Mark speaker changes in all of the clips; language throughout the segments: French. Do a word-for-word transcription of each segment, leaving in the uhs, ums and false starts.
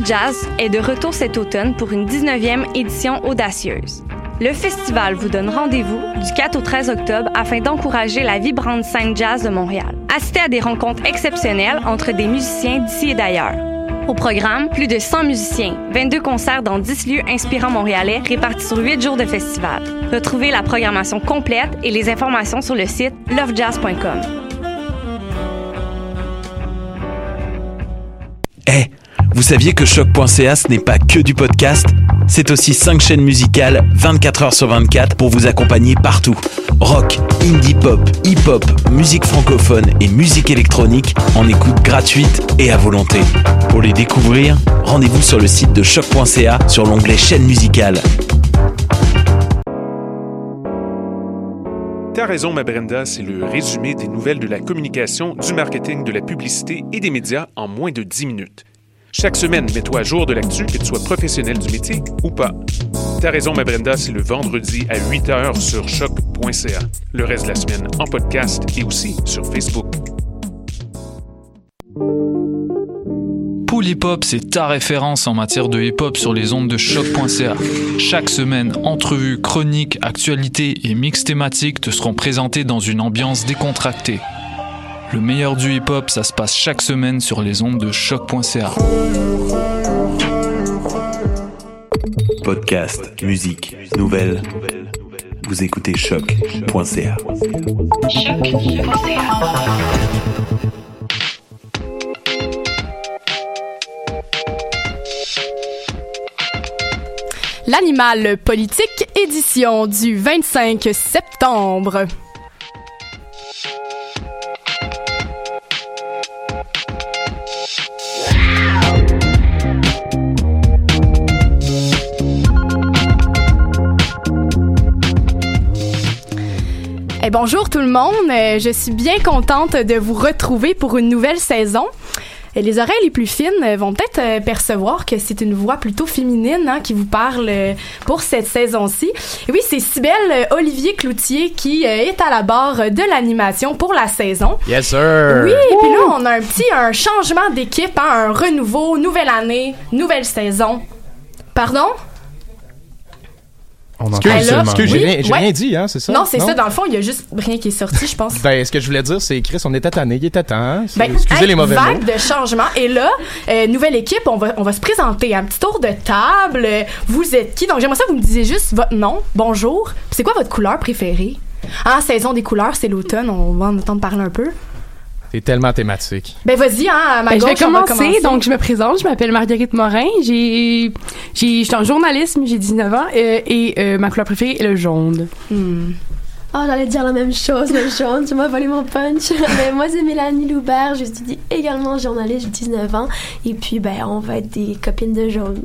Speaker 1: Jazz est de retour cet automne pour une dix-neuvième édition audacieuse. Le festival vous donne rendez-vous du quatre au treize octobre afin d'encourager la vibrante scène jazz de Montréal. Assistez à des rencontres exceptionnelles entre des musiciens d'ici et d'ailleurs. Au programme, plus de cent musiciens, vingt-deux concerts dans dix lieux inspirants montréalais répartis sur huit jours de festival. Retrouvez la programmation complète et les informations sur le site love jazz point com.
Speaker 2: Eh, hey, vous saviez que choc point c a ce n'est pas que du podcast? C'est aussi cinq chaînes musicales vingt-quatre heures sur vingt-quatre pour vous accompagner partout. Rock, indie pop, hip-hop, musique francophone et musique électronique en écoute gratuite et à volonté. Pour les découvrir, rendez-vous sur le site de choc point c a sur l'onglet chaîne musicale.
Speaker 3: T'as raison, ma Brenda, c'est le résumé des nouvelles de la communication, du marketing, de la publicité et des médias en moins de dix minutes. Chaque semaine, mets-toi à jour de l'actu, que tu sois professionnel du métier ou pas. T'as raison, ma Brenda, c'est le vendredi à huit heures sur choc point c a. Le reste de la semaine en podcast et aussi sur Facebook.
Speaker 4: Pool Hip Hop, c'est ta référence en matière de hip-hop sur les ondes de choc point c a. Chaque semaine, entrevues, chroniques, actualités et mix thématiques te seront présentés dans une ambiance décontractée. Le meilleur du hip-hop, ça se passe chaque semaine sur les ondes de choc point c a.
Speaker 2: Podcast, musique, nouvelles. Vous écoutez choc point c a.
Speaker 5: choc point c a.
Speaker 6: L'animal politique, édition du vingt-cinq septembre. Et bonjour tout le monde, je suis bien contente de vous retrouver pour une nouvelle saison. Et les oreilles les plus fines vont peut-être percevoir que c'est une voix plutôt féminine hein, qui vous parle pour cette saison-ci. Et oui, c'est Cybelle Olivier Cloutier qui est à la barre de l'animation pour la saison.
Speaker 7: Yes, sir!
Speaker 6: Oui, et puis là, on a un petit un changement d'équipe, hein, un renouveau, nouvelle année, nouvelle saison. Pardon?
Speaker 7: On entend
Speaker 6: Excuse,
Speaker 7: seulement. Excuse, j'ai,
Speaker 6: oui,
Speaker 7: rien, j'ai
Speaker 6: ouais.
Speaker 7: rien dit, hein, c'est ça?
Speaker 6: Non, c'est non? ça, dans le fond, il y a juste rien qui est sorti, je pense.
Speaker 7: Ben, ce que je voulais dire, c'est, Chris, on était tanné, il était temps, hein?
Speaker 6: Ben,
Speaker 7: excusez
Speaker 6: hey,
Speaker 7: les mauvais
Speaker 6: vague
Speaker 7: mots.
Speaker 6: de changement. Et là, euh, nouvelle équipe, on va, on va se présenter. Un petit tour de table. Vous êtes qui? Donc, j'aimerais ça que vous me disiez juste votre nom, bonjour. Puis c'est quoi votre couleur préférée? Ah, saison des couleurs, c'est l'automne, on va en entendre parler un peu.
Speaker 7: C'est tellement thématique.
Speaker 6: Ben vas-y, hein, à ma
Speaker 8: ben,
Speaker 6: gauche,
Speaker 8: je vais commencer,
Speaker 6: on va commencer.
Speaker 8: Donc je me présente, je m'appelle Marguerite Morin, j'ai, j'ai, je suis en journalisme, j'ai dix-neuf ans euh, et euh, ma couleur préférée est le jaune.
Speaker 6: Hmm.
Speaker 9: Oh, j'allais dire la même chose, le jaune, tu m'as volé mon punch. Mais moi, c'est Mélanie Loubert, je suis également journaliste, j'ai dix-neuf ans, et puis, ben, on va être des copines de jaune.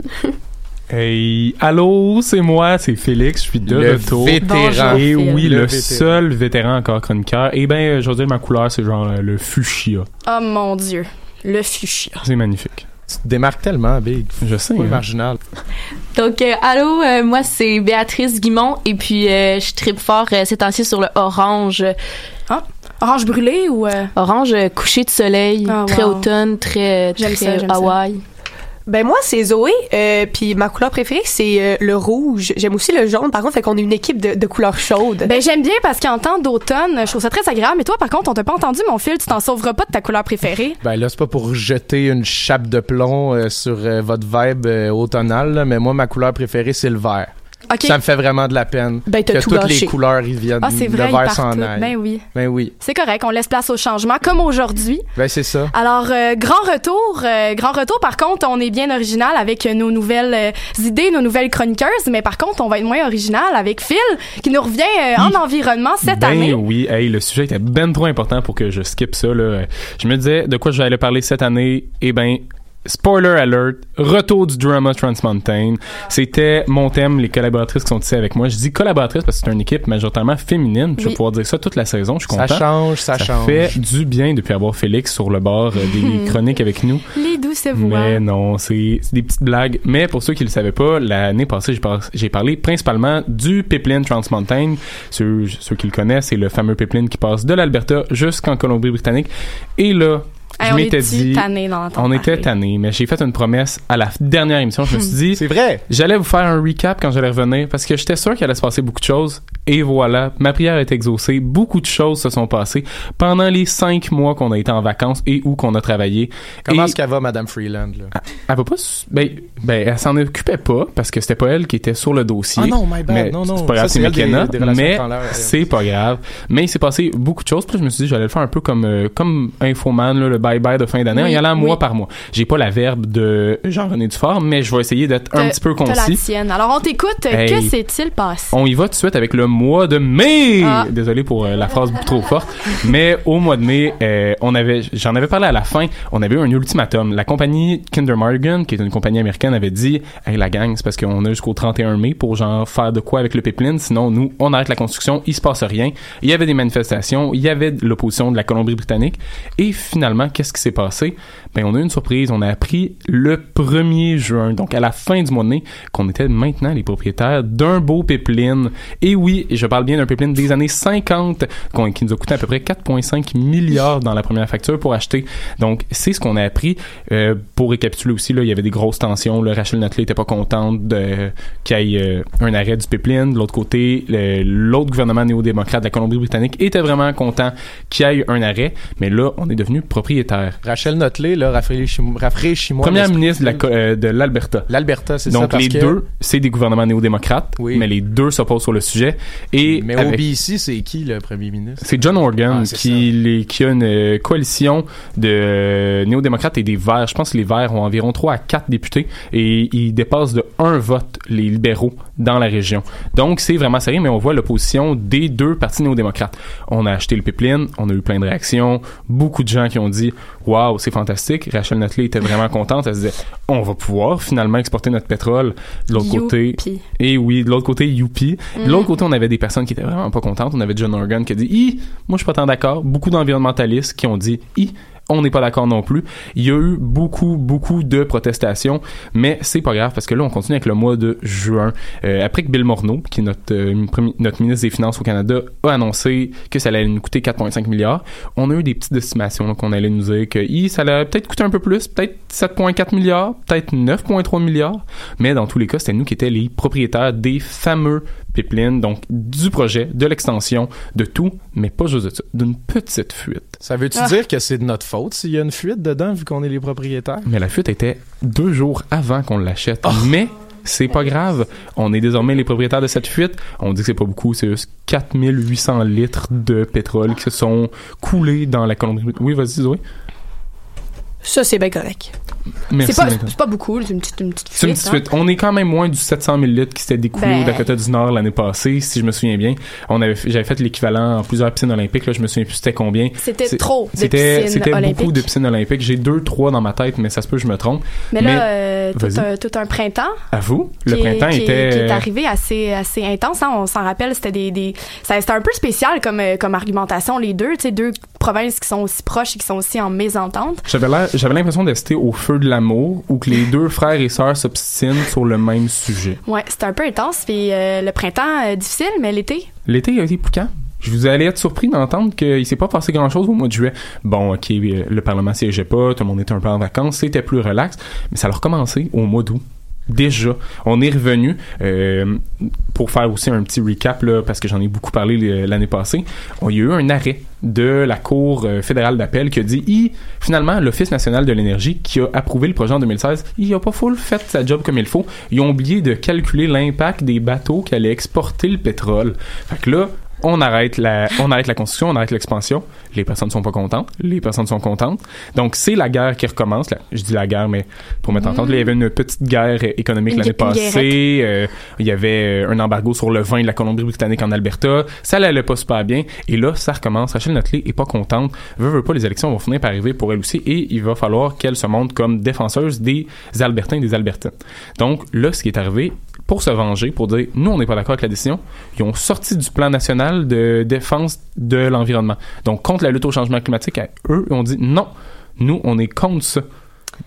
Speaker 10: Hey, allô, c'est moi, c'est Félix, je suis de
Speaker 7: le
Speaker 10: retour.
Speaker 7: Vétéran.
Speaker 10: Et
Speaker 6: Bonjour,
Speaker 10: oui,
Speaker 7: le
Speaker 10: le,
Speaker 7: vétéran.
Speaker 10: seul vétéran encore chroniqueur. Et ben, je veux dire, ma couleur, c'est genre euh, le fuchsia.
Speaker 6: Oh mon Dieu, le fuchsia.
Speaker 10: C'est magnifique.
Speaker 7: Tu te démarques tellement, Big.
Speaker 10: Je sais.
Speaker 7: Oui,
Speaker 10: hein.
Speaker 7: marginal.
Speaker 11: Donc, euh, allô, euh, moi, c'est Béatrice Guimont, et puis euh, je tripe fort euh, ces temps-ci sur le orange.
Speaker 6: Ah, orange brûlé ou... Euh...
Speaker 11: Orange euh, couché de soleil,
Speaker 6: Oh,
Speaker 11: très
Speaker 6: wow.
Speaker 11: automne, très,
Speaker 6: J'aime
Speaker 11: très
Speaker 6: ça, j'aime
Speaker 11: Hawaï.
Speaker 12: Ben moi c'est Zoé, euh, puis ma couleur préférée c'est euh, le rouge. J'aime aussi le jaune. Par contre, fait qu'on est une équipe de, de couleurs chaudes.
Speaker 6: Ben j'aime bien parce qu'en temps d'automne, je trouve ça très agréable. Mais toi, par contre, on t'a pas entendu, mon fil. Tu t'en sauveras pas de ta couleur préférée.
Speaker 7: Ben là, c'est pas pour jeter une chape de plomb euh, sur euh, votre vibe euh, automnale, là, mais moi, ma couleur préférée, c'est le vert.
Speaker 6: Ok.
Speaker 7: Ça me fait vraiment de la peine
Speaker 12: Ben, t'as
Speaker 7: que
Speaker 12: tout
Speaker 7: toutes
Speaker 12: gâché.
Speaker 7: les couleurs ils viennent.
Speaker 6: Ah, c'est
Speaker 7: le
Speaker 6: vrai, il
Speaker 7: vert
Speaker 6: part
Speaker 7: s'en
Speaker 6: tout.
Speaker 7: aille.
Speaker 6: Ben oui.
Speaker 7: Ben oui.
Speaker 6: C'est correct, on laisse place au changement, comme aujourd'hui.
Speaker 7: Ben c'est ça.
Speaker 6: Alors, euh, grand retour. Euh, grand retour, par contre, on est bien original avec nos nouvelles euh, idées, nos nouvelles chroniqueuses, mais par contre, on va être moins original avec Phil, qui nous revient euh, en environnement cette
Speaker 10: ben
Speaker 6: année.
Speaker 10: oui, hey, le sujet était ben trop important pour que je skip ça. Là. Je me disais de quoi j'allais parler cette année. Eh ben, spoiler alert, retour du drama Trans Mountain. C'était mon thème, les collaboratrices qui sont ici avec moi. Je dis collaboratrices parce que c'est une équipe majoritairement féminine. Je vais
Speaker 6: Oui.
Speaker 10: pouvoir dire ça toute la saison. Je suis content.
Speaker 7: Ça change, ça,
Speaker 10: Ça
Speaker 7: change.
Speaker 10: fait du bien depuis avoir Félix sur le bord euh, des chroniques avec nous.
Speaker 6: Les douces voix.
Speaker 10: Mais non, c'est, c'est des petites blagues. Mais pour ceux qui le savaient pas, l'année passée, j'ai, par- j'ai parlé principalement du pipeline Trans Mountain. Ceux, ceux qui le connaissent, c'est le fameux pipeline qui passe de l'Alberta jusqu'en Colombie-Britannique. Et là,
Speaker 6: Hey,
Speaker 10: je
Speaker 6: on
Speaker 10: m'étais
Speaker 6: est-tu
Speaker 10: dit,
Speaker 6: tannés d'en entendre
Speaker 10: on était
Speaker 6: parler?
Speaker 10: tannés, mais j'ai fait une promesse à la dernière émission. Je me suis dit,
Speaker 7: c'est vrai.
Speaker 10: J'allais vous faire un recap quand j'allais revenir parce que j'étais sûr qu'il allait se passer beaucoup de choses. Et voilà, ma prière est exaucée. Beaucoup de choses se sont passées pendant les cinq mois qu'on a été en vacances et où qu'on a travaillé.
Speaker 7: Comment
Speaker 10: et
Speaker 7: est-ce qu'elle va, Madame Freeland, là?
Speaker 10: Elle, elle va pas, su- ben, ben, elle s'en occupait pas parce que c'était pas elle qui était sur le dossier.
Speaker 7: Ah non, my bad.
Speaker 10: Mais
Speaker 7: non, non.
Speaker 10: c'est pas grave,
Speaker 7: Ça,
Speaker 10: c'est
Speaker 7: elle des-
Speaker 10: McKenna,
Speaker 7: des relations
Speaker 10: mais
Speaker 7: étrangères, ouais.
Speaker 10: c'est pas grave. Mais il s'est passé beaucoup de choses. Puis là, je me suis dit, j'allais le faire un peu comme euh, comme Infoman, là, le bye-bye de fin d'année,
Speaker 6: Oui,
Speaker 10: en y allant
Speaker 6: oui.
Speaker 10: mois par mois. J'ai pas la verbe de Jean-René Dufort, mais je vais essayer d'être un
Speaker 6: T'as-
Speaker 10: petit peu
Speaker 6: t'as la
Speaker 10: concis.
Speaker 6: tienne. Alors, on t'écoute.
Speaker 10: Hey.
Speaker 6: Que s'est-il passé?
Speaker 10: On y va tout de suite avec le mois de mai.
Speaker 6: Ah.
Speaker 10: Désolé pour euh, la phrase trop forte, mais au mois de mai, euh, on avait, j'en avais parlé à la fin. On avait eu un ultimatum. La compagnie Kinder Morgan, qui est une compagnie américaine, avait dit, hey la gang, c'est parce qu'on a jusqu'au trente et un mai pour genre faire de quoi avec le pipeline. Sinon, nous, on arrête la construction. Il se passe rien. Il y avait des manifestations. Il y avait de l'opposition de la Colombie-Britannique. Et finalement, qu'est-ce qui s'est passé? Ben, on a eu une surprise. On a appris le premier juin, donc à la fin du mois de mai, qu'on était maintenant les propriétaires d'un beau pipeline. Et oui, je parle bien d'un pipeline des années cinquante qu'on- qui nous a coûté à peu près quatre virgule cinq milliards dans la première facture pour acheter. Donc, c'est ce qu'on a appris. Euh, pour récapituler aussi, là, il y avait des grosses tensions. Là, Rachel Notley était pas contente de, qu'il y ait euh, un arrêt du pipeline. De l'autre côté, le- l'autre gouvernement néo-démocrate de la Colombie-Britannique était vraiment content qu'il y ait un arrêt. Mais là, on est devenu propriétaire.
Speaker 7: Rachel Notley, là, rafraîchis-moi. rafraîchis-moi
Speaker 10: Première
Speaker 7: l'esprit.
Speaker 10: ministre de, la, co- euh, de l'Alberta.
Speaker 7: L'Alberta, c'est ça.
Speaker 10: Donc,
Speaker 7: parce
Speaker 10: les
Speaker 7: que...
Speaker 10: deux, c'est des gouvernements néo-démocrates,
Speaker 7: Oui.
Speaker 10: mais les deux s'opposent sur le sujet. Et
Speaker 7: Mais au
Speaker 10: avec-
Speaker 7: B C, c'est qui, le premier ministre?
Speaker 10: C'est John Horgan
Speaker 7: Ah, c'est
Speaker 10: qui, les, qui a une euh, coalition de euh, néo-démocrates et des Verts. Je pense que les Verts ont environ trois à quatre députés et ils dépassent de un vote les libéraux dans la région. Donc, c'est vraiment sérieux, mais on voit l'opposition des deux partis néo-démocrates. On a acheté le pipeline, on a eu plein de réactions, beaucoup de gens qui ont dit « Wow, c'est fantastique ». Rachel Notley était vraiment contente. Elle se disait « On va pouvoir finalement exporter notre pétrole. » De l'autre côté...
Speaker 6: Youpi.
Speaker 10: Et oui, de l'autre côté, youpi.
Speaker 6: Mhm.
Speaker 10: De l'autre côté, on avait des personnes qui étaient vraiment pas contentes. On avait John Horgan qui a dit « Hi, moi je suis pas tant d'accord ». Beaucoup d'environnementalistes qui ont dit « Hi, on n'est pas d'accord non plus ». Il y a eu beaucoup, beaucoup de protestations, mais c'est pas grave parce que là, on continue avec le mois de juin. Euh, après que Bill Morneau, qui est notre, euh, premier- notre ministre des Finances au Canada, a annoncé que ça allait nous coûter quatre virgule cinq milliards, on a eu des petites estimations là, qu'on allait nous dire que hi, ça allait peut-être coûter un peu plus, peut-être sept virgule quatre milliards, peut-être neuf virgule trois milliards, mais dans tous les cas, c'était nous qui étions les propriétaires des fameux pipelines, donc du projet, de l'extension, de tout, mais pas juste de ça, d'une petite fuite.
Speaker 7: Ça veut-tu
Speaker 6: Ah.
Speaker 7: dire que c'est de notre faute s'il y a une fuite dedans, vu qu'on est les propriétaires?
Speaker 10: Mais la fuite était deux jours avant qu'on l'achète.
Speaker 7: Oh.
Speaker 10: Mais c'est pas grave. On est désormais les propriétaires de cette fuite. On dit que c'est pas beaucoup. C'est juste quatre mille huit cents litres de pétrole qui se sont coulés dans la Colombie. Oui, vas-y, Zoé.
Speaker 12: Ça, c'est bien correct.
Speaker 10: Merci.
Speaker 6: C'est pas,
Speaker 10: Nathan.
Speaker 6: c'est pas beaucoup, c'est une petite, une petite
Speaker 10: C'est une
Speaker 6: fuite,
Speaker 10: petite
Speaker 6: hein.
Speaker 10: fuite. On est quand même moins du sept cent mille litres qui s'était découlé
Speaker 6: Ben.
Speaker 10: au Dakota du Nord l'année passée, si je me souviens bien. On avait, fait- j'avais fait l'équivalent en plusieurs piscines olympiques. Là, je me souviens plus c'était combien.
Speaker 6: C'était
Speaker 10: C'est-
Speaker 6: trop de
Speaker 10: C'était,
Speaker 6: piscines
Speaker 10: c'était
Speaker 6: olympiques.
Speaker 10: beaucoup de piscines olympiques. J'ai deux, trois dans ma tête, mais ça se peut que je me trompe.
Speaker 6: Mais là, euh, tout,
Speaker 10: vas-y.
Speaker 6: un, tout un printemps.
Speaker 10: À vous, le
Speaker 6: qui est-
Speaker 10: printemps
Speaker 6: qui est-
Speaker 10: était.
Speaker 6: qui est arrivé assez assez intense, hein, on s'en rappelle, c'était des, des ça, c'était un peu spécial comme euh, comme argumentation, les deux, tu sais, deux provinces qui sont aussi proches et qui sont aussi en mésentente.
Speaker 10: J'avais, l'air- j'avais l'impression d'être au feu de l'amour où que les deux frères et sœurs s'obstinent sur le même sujet.
Speaker 6: Ouais, c'était un peu intense, puis euh, le printemps euh, difficile, mais l'été.
Speaker 10: L'été a été plus calme. Je vous allais être surpris d'entendre qu'il s'est pas passé grand-chose au mois de juillet. Bon, ok, euh, le Parlement siégeait pas, tout le monde était un peu en vacances, c'était plus relax, mais ça a recommencé au mois d'août. Déjà, on est revenu euh, pour faire aussi un petit recap là, parce que j'en ai beaucoup parlé l- l'année passée. On, il y a eu un arrêt de la Cour euh, fédérale d'appel qui a dit Hi, finalement, l'Office national de l'énergie qui a approuvé le projet en deux mille seize, il a pas full fait sa job comme il faut. Ils ont oublié de calculer l'impact des bateaux qui allaient exporter le pétrole. Fait que là, on arrête la, on arrête la construction, on arrête l'expansion. Les personnes sont pas contentes, les personnes sont contentes. Donc c'est la guerre qui recommence. Là, je dis la guerre, mais pour mettre en compte, là, il y avait une petite guerre économique
Speaker 6: Une
Speaker 10: l'année
Speaker 6: gu- une
Speaker 10: passée. Euh, il y avait euh, un embargo sur le vin de la Colombie-Britannique en Alberta. Ça allait pas super bien. Et là, ça recommence. Rachel Notley est pas contente. Veut, veut pas, les élections vont finir par arriver pour elle aussi. Et il va falloir qu'elle se montre comme défenseuse des Albertains et des Albertaines. Donc là, ce qui est arrivé, pour se venger, pour dire nous on n'est pas d'accord avec la décision, ils ont sorti du plan national de défense de l'environnement. Donc contre la lutte au changement climatique, à eux, ils ont dit non, nous on est contre ça.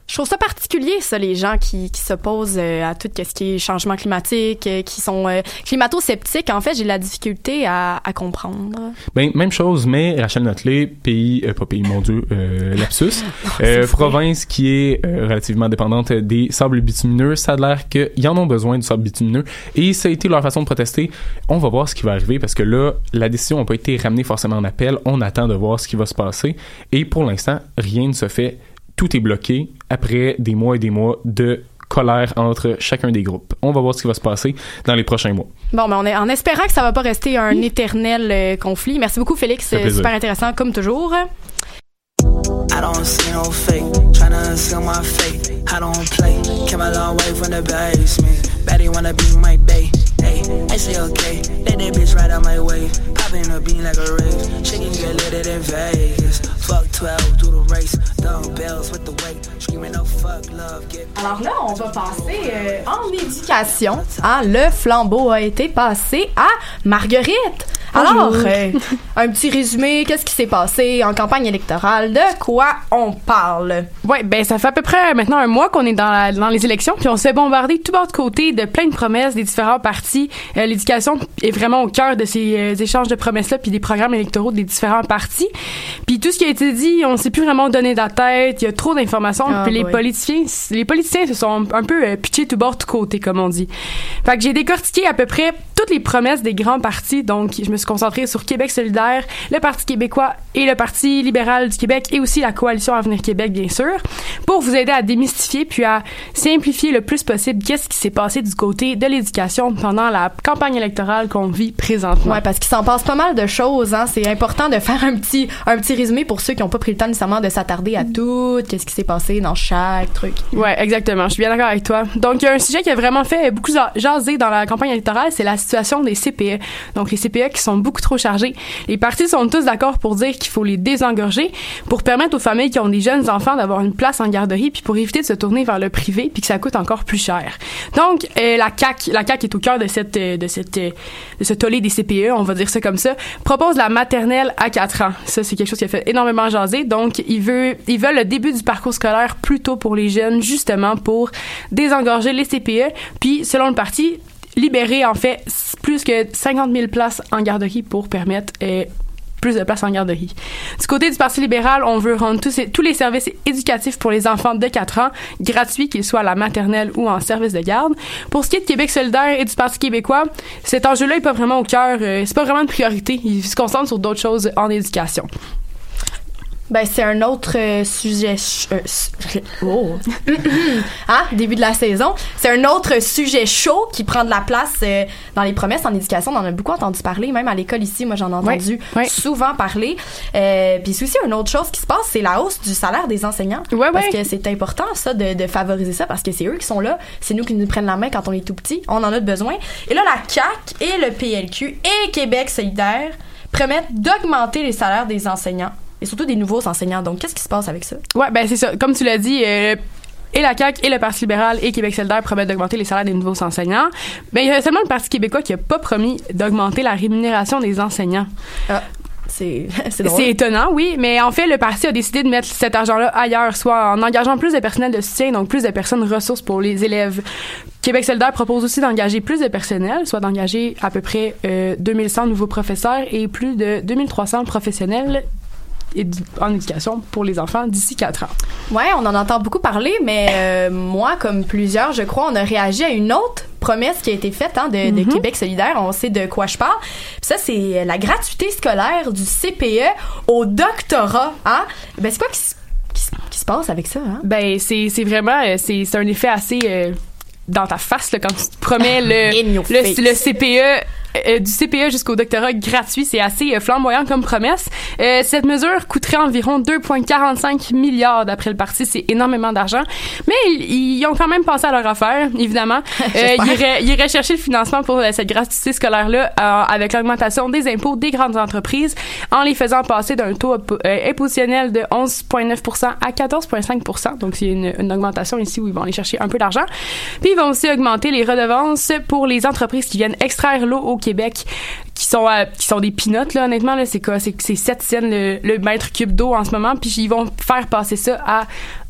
Speaker 6: Je trouve ça particulier, ça, les gens qui, qui s'opposent euh, à tout ce qui est changement climatique, euh, qui sont euh, climato-sceptiques. En fait, j'ai de la difficulté à, à comprendre.
Speaker 10: Ben, même chose, mais Rachel Notley, pays, euh, pas pays, mon Dieu, euh, lapsus,
Speaker 6: non,
Speaker 10: euh, province qui est euh, relativement dépendante des sables bitumineux, ça a l'air qu'ils en ont besoin du sable bitumineux et ça a été leur façon de protester. On va voir ce qui va arriver parce que là, la décision n'a pas été ramenée forcément en appel. On attend de voir ce qui va se passer et pour l'instant, rien ne se fait. Tout est bloqué après des mois et des mois de colère entre chacun des groupes. On va voir ce qui va se passer dans les prochains mois.
Speaker 6: Bon, ben on est en espérant que ça va pas rester un oui. éternel euh, conflit. Merci beaucoup, Félix. C'est super intéressant, comme toujours. I don't see no fake, tryna seal my fate. I don't play, came a long way from the basement. Baddie wanna be my bae. Hey, I say okay, let that bitch right out my way. Popping a bean like a rave, chicken get lit in Vegas. Fuck twelve, do the race, dumb bells with the weight. Screaming no fuck love, get. Alors là, on va passer euh, en éducation. Hein, le flambeau a été passé à Marguerite. Alors, euh, un petit résumé, qu'est-ce qui s'est passé en campagne électorale? De quoi on parle?
Speaker 8: Ouais, ben ça fait à peu près maintenant un mois qu'on est dans, la, dans les élections, puis on se fait bombarder tout bord de côté de plein de promesses des différents partis. Euh, l'éducation est vraiment au cœur de ces euh, échanges de promesses-là, puis des programmes électoraux des différents partis. Puis tout ce qui a été dit, on ne sait plus vraiment donner de la tête, il y a trop d'informations, ah, puis les oui. politiciens, les politiciens se sont un peu euh, pitchés tout bord de côté, comme on dit. Fait que j'ai décortiqué à peu près toutes les promesses des grands partis, donc je me suis concentrée sur Québec solidaire, le Parti québécois et le Parti libéral du Québec et aussi la Coalition Avenir Québec, bien sûr, pour vous aider à démystifier puis à simplifier le plus possible qu'est-ce qui s'est passé du côté de l'éducation pendant la campagne électorale qu'on vit présentement.
Speaker 6: Ouais, parce qu'il s'en passe pas mal de choses, hein. C'est important de faire un petit, un petit résumé pour ceux qui n'ont pas pris le temps nécessairement de s'attarder à tout, qu'est-ce qui s'est passé dans chaque truc.
Speaker 8: Ouais, exactement. Je suis bien d'accord avec toi. Donc, il y a un sujet qui a vraiment fait beaucoup jaser dans la campagne électorale, c'est la situation des C P E. Donc, les C P E qui sont beaucoup trop chargés. Les partis sont tous d'accord pour dire qu'il faut les désengorger pour permettre aux familles qui ont des jeunes enfants d'avoir une place en garderie puis pour éviter de se tourner vers le privé puis que ça coûte encore plus cher. Donc, euh, la C A Q, la C A Q est au cœur de cette, de cette, de ce tollé des C P E, on va dire ça comme ça, propose la maternelle à quatre ans. Ça, c'est quelque chose qui a fait énormément jaser. Donc, ils veulent, ils veulent le début du parcours scolaire plus tôt pour les jeunes, justement pour désengorger les C P E. Puis, selon le parti, libérer, en fait, plus que cinquante mille places en garderie pour permettre euh, plus de places en garderie. Du côté du Parti libéral, on veut rendre tous, ces, tous les services éducatifs pour les enfants de quatre ans gratuits, qu'ils soient à la maternelle ou en service de garde. Pour ce qui est de Québec solidaire et du Parti québécois, cet enjeu-là n'est pas vraiment au cœur, euh, c'est pas vraiment une priorité. Ils se concentrent sur d'autres choses en éducation.
Speaker 6: Ben, c'est un autre euh, sujet... Ch- euh, su- oh! Hein? Début de la saison. C'est un autre sujet chaud qui prend de la place euh, dans les promesses en éducation. On en a beaucoup entendu parler, même à l'école ici. Moi, j'en ai entendu
Speaker 8: ouais, ouais.
Speaker 6: souvent parler. Euh, Puis c'est aussi une autre chose qui se passe, c'est la hausse du salaire des enseignants.
Speaker 8: Ouais,
Speaker 6: parce
Speaker 8: ouais.
Speaker 6: que c'est important, ça, de, de favoriser ça, parce que c'est eux qui sont là. C'est nous qui nous prennent la main quand on est tout petit. On en a besoin. Et là, la C A Q et le P L Q et Québec solidaire promettent d'augmenter les salaires des enseignants. Et surtout des nouveaux enseignants. Donc, qu'est-ce qui se passe avec ça?
Speaker 8: Ouais, ben c'est ça. Comme tu l'as dit, euh, et la C A Q et le Parti libéral et Québec solidaire promettent d'augmenter les salaires des nouveaux enseignants. Mais il y a seulement le Parti québécois qui n'a pas promis d'augmenter la rémunération des enseignants.
Speaker 6: Ah. C'est, c'est drôle.
Speaker 8: C'est étonnant, oui, mais en fait, le parti a décidé de mettre cet argent-là ailleurs, soit en engageant plus de personnel de soutien, donc plus de personnes ressources pour les élèves. Québec solidaire propose aussi d'engager plus de personnel, soit d'engager à peu près euh, deux mille cent nouveaux professeurs et plus de deux mille trois cents professionnels en éducation pour les enfants d'ici quatre ans.
Speaker 6: Ouais, on en entend beaucoup parler, mais euh, moi, comme plusieurs, je crois, on a réagi à une autre promesse qui a été faite hein, de, mm-hmm. de Québec solidaire. On sait de quoi je parle. Puis ça, c'est la gratuité scolaire du C P E au doctorat. Hein? Ben, c'est quoi qui, qui, qui se passe avec ça? Hein?
Speaker 8: Ben, c'est, c'est vraiment... C'est, c'est un effet assez... Euh, dans ta face, là, quand tu te promets le, le, le C P E... Euh, du C P E jusqu'au doctorat gratuit, c'est assez euh, flamboyant comme promesse. Euh, cette mesure coûterait environ deux virgule quarante-cinq milliards d'après le parti, c'est énormément d'argent. Mais ils, ils ont quand même pensé à leur affaire, évidemment. euh, ils, iraient, ils iraient chercher le financement pour euh, cette gratuité scolaire-là euh, avec l'augmentation des impôts des grandes entreprises en les faisant passer d'un taux euh, impositionnel de onze virgule neuf pour cent à quatorze virgule cinq pour cent. Donc, c'est une, une augmentation ici où ils vont aller chercher un peu d'argent. Puis, ils vont aussi augmenter les redevances pour les entreprises qui viennent extraire l'eau au Québec, qui sont euh, qui sont des peanuts là, honnêtement là, c'est quoi, c'est c'est sept cents le, le mètre cube d'eau en ce moment, puis ils vont faire passer ça à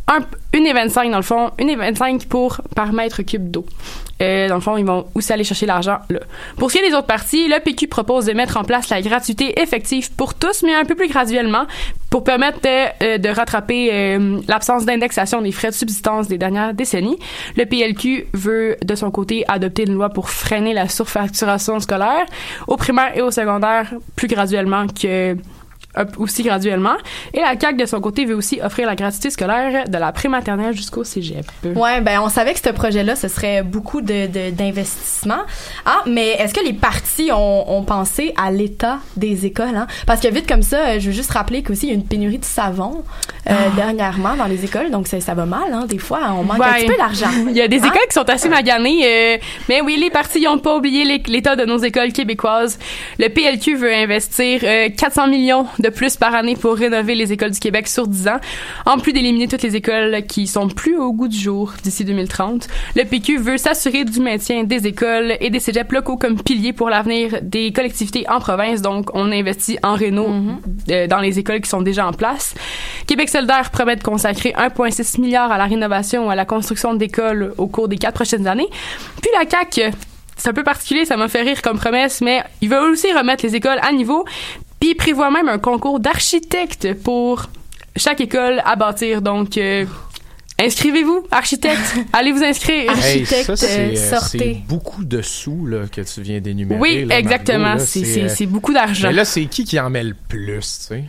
Speaker 8: un, une et vingt-cinq dans le fond, une et vingt-cinq pour par mètre cube d'eau. Euh, dans le fond, ils vont aussi aller chercher l'argent là. Pour ce qui est des autres parties, le P Q propose de mettre en place la gratuité effective pour tous, mais un peu plus graduellement, pour permettre de, euh, de rattraper euh, l'absence d'indexation des frais de subsistance des dernières décennies. Le P L Q veut, de son côté, adopter une loi pour freiner la surfacturation scolaire au primaire et au secondaire plus graduellement que aussi graduellement. Et la C A Q, de son côté, veut aussi offrir la gratuité scolaire de la prématernelle jusqu'au cégep.
Speaker 6: Ouais, ben on savait que ce projet-là, ce serait beaucoup de, de, d'investissement. Ah, mais est-ce que les partis ont, ont pensé à l'état des écoles? Hein? Parce que vite comme ça, je veux juste rappeler qu'aussi, il y a une pénurie de savon euh, oh. dernièrement dans les écoles, donc ça, ça va mal, hein, des fois. On manque ouais. un petit peu d'argent.
Speaker 8: Il y a des
Speaker 6: hein?
Speaker 8: écoles qui sont assez maganées, euh, mais oui, les partis n'ont pas oublié l'état de nos écoles québécoises. Le P L Q veut investir euh, quatre cents millions de plus par année pour rénover les écoles du Québec sur dix ans, en plus d'éliminer toutes les écoles qui sont plus au goût du jour d'ici deux mille trente. Le P Q veut s'assurer du maintien des écoles et des cégeps locaux comme piliers pour l'avenir des collectivités en province, donc on investit en réno mm-hmm. euh, dans les écoles qui sont déjà en place. Québec solidaire promet de consacrer un virgule six milliard à la rénovation ou à la construction d'écoles au cours des quatre prochaines années. Puis la C A Q, c'est un peu particulier, ça m'a fait rire comme promesse, mais il veut aussi remettre les écoles à niveau. Puis il prévoit même un concours d'architectes pour chaque école à bâtir. Donc, euh, inscrivez-vous, architectes. Allez vous inscrire.
Speaker 7: Architectes, hey, c'est, sortez. C'est beaucoup de sous là, que tu viens d'énumérer.
Speaker 8: Oui,
Speaker 7: là,
Speaker 8: exactement.
Speaker 7: Margot, là,
Speaker 8: c'est,
Speaker 7: c'est,
Speaker 8: c'est,
Speaker 7: euh...
Speaker 8: c'est beaucoup d'argent.
Speaker 7: Mais là, c'est qui qui en met le plus, tu sais?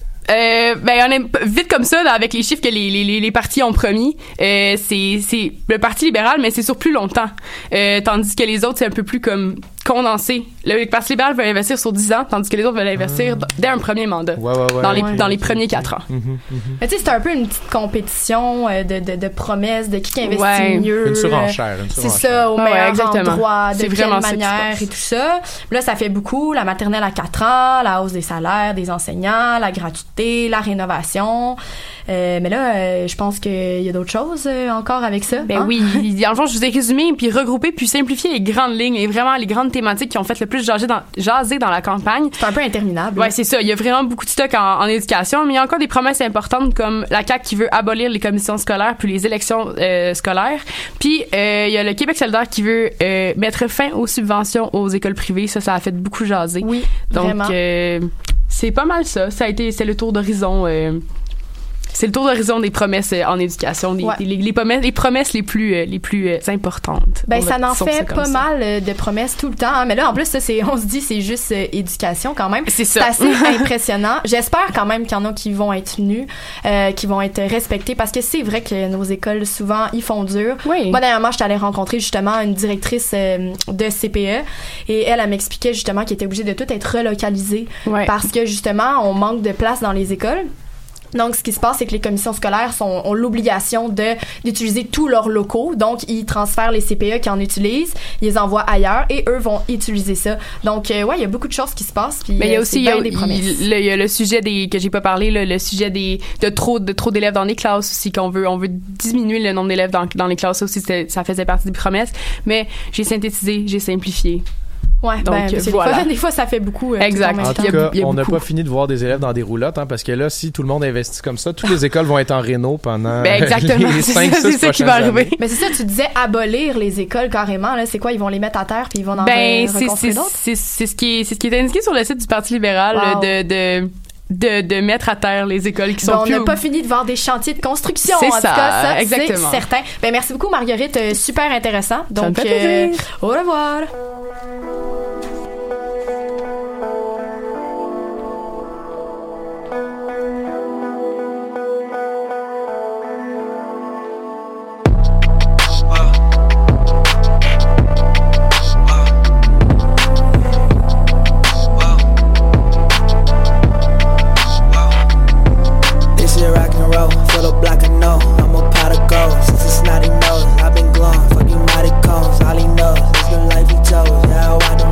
Speaker 8: Euh, ben on est vite comme ça là, avec les chiffres que les les les partis ont promis. Euh, c'est c'est le Parti libéral, mais c'est sur plus longtemps. Euh, tandis que les autres c'est un peu plus comme condensé. Le Parti libéral veut investir sur dix ans, tandis que les autres veulent investir ah. dès un premier mandat.
Speaker 7: Ouais, ouais, ouais,
Speaker 8: dans les
Speaker 7: ouais,
Speaker 8: dans
Speaker 7: ouais,
Speaker 8: les premiers quatre ans.
Speaker 7: Mm-hmm, mm-hmm.
Speaker 6: Mais tu sais, c'est un peu une petite compétition de de, de promesses de qui, qui investit
Speaker 8: ouais.
Speaker 6: mieux.
Speaker 7: Une surenchère, une surenchère.
Speaker 6: C'est ça, au meilleur
Speaker 8: ouais, exactement.
Speaker 6: endroit, de
Speaker 8: c'est
Speaker 6: quelle
Speaker 8: ça
Speaker 6: manière et tout ça. Là, ça fait beaucoup. La maternelle à quatre ans, la hausse des salaires des enseignants, la gratuité, la rénovation. Euh, mais là, euh, je pense qu'il y a d'autres choses euh, encore avec ça.
Speaker 8: Ben
Speaker 6: hein?
Speaker 8: oui. En fond, je vous ai résumé, puis regroupé, puis simplifié les grandes lignes et vraiment les grandes thématiques qui ont fait le plus jaser dans, jaser dans la campagne.
Speaker 6: C'est un peu interminable.
Speaker 8: Ouais, c'est ça. Il y a vraiment beaucoup de stock en, en éducation, mais il y a encore des promesses importantes comme la C A Q qui veut abolir les commissions scolaires puis les élections euh, scolaires. Puis euh, il y a le Québec solidaire qui veut euh, mettre fin aux subventions aux écoles privées. Ça, ça a fait beaucoup jaser.
Speaker 6: Oui,
Speaker 8: donc,
Speaker 6: vraiment.
Speaker 8: Euh, c'est pas mal ça. Ça a été, c'est le tour d'horizon. Euh, c'est le tour d'horizon des promesses euh, en éducation, des,
Speaker 6: ouais.
Speaker 8: des, les, les, promesses, les promesses les plus, euh, les plus euh, importantes.
Speaker 6: Ben, ça n'en fait pas
Speaker 8: ça.
Speaker 6: mal euh, de promesses tout le temps. Hein. Mais là, en plus, ça, c'est, on se dit, c'est juste euh, éducation quand même.
Speaker 8: C'est ça.
Speaker 6: C'est assez impressionnant. J'espère quand même qu'il y en a qui vont être tenus, euh, qui vont être respectés, parce que c'est vrai que nos écoles, souvent, ils font dur.
Speaker 8: Oui.
Speaker 6: Moi, dernièrement, j'étais allée rencontrer justement une directrice euh, de C P E et elle, elle m'expliquait justement qu'elle était obligée de tout être relocalisée
Speaker 8: ouais.
Speaker 6: parce que justement, on manque de place dans les écoles. Donc, ce qui se passe, c'est que les commissions scolaires sont, ont l'obligation de, d'utiliser tous leurs locaux. Donc, ils transfèrent les C P E qui en utilisent, ils les envoient ailleurs et eux vont utiliser ça. Donc, euh, ouais, il y a beaucoup de choses qui se passent. Puis,
Speaker 8: mais il y a
Speaker 6: euh,
Speaker 8: aussi, il y a, des promesses. Il, il y a le sujet des, que j'ai pas parlé, là, le sujet des, de trop, de trop d'élèves dans les classes aussi, qu'on veut, on veut diminuer le nombre d'élèves dans, dans les classes aussi, ça faisait partie des promesses. Mais j'ai synthétisé, j'ai simplifié.
Speaker 6: Ouais,
Speaker 8: donc
Speaker 6: ben,
Speaker 8: voilà.
Speaker 6: des, fois, des fois ça fait beaucoup. Euh,
Speaker 8: exact.
Speaker 7: En tout cas, on n'a pas fini de voir des élèves dans des roulottes, hein, parce que là, si tout le monde investit comme ça, toutes les écoles vont être en réno pendant
Speaker 8: ben exactement.
Speaker 7: les cinq six
Speaker 8: c'est ça qui va arriver.
Speaker 6: Mais c'est ça, tu disais abolir les écoles carrément. Là, c'est quoi, ils vont les mettre à terre puis ils vont en
Speaker 8: ben,
Speaker 6: re- reconstruire d'autres?
Speaker 8: C'est, c'est, ce qui est, c'est ce qui est indiqué sur le site du Parti libéral wow. de, de De, de mettre à terre les écoles qui sont
Speaker 6: bon,
Speaker 8: plus...
Speaker 6: on n'a pas fini de voir des chantiers de construction.
Speaker 8: C'est
Speaker 6: en
Speaker 8: ça,
Speaker 6: tout cas, ça,
Speaker 8: exactement.
Speaker 6: c'est certain. Ben, merci beaucoup, Marguerite. Euh, super intéressant. Donc,
Speaker 8: ça me fait plaisir.
Speaker 6: Euh, au revoir.
Speaker 13: Cincinnati knows I've been glowing, fucking mighty cones. All he knows is the life he chose. Yeah, I watch them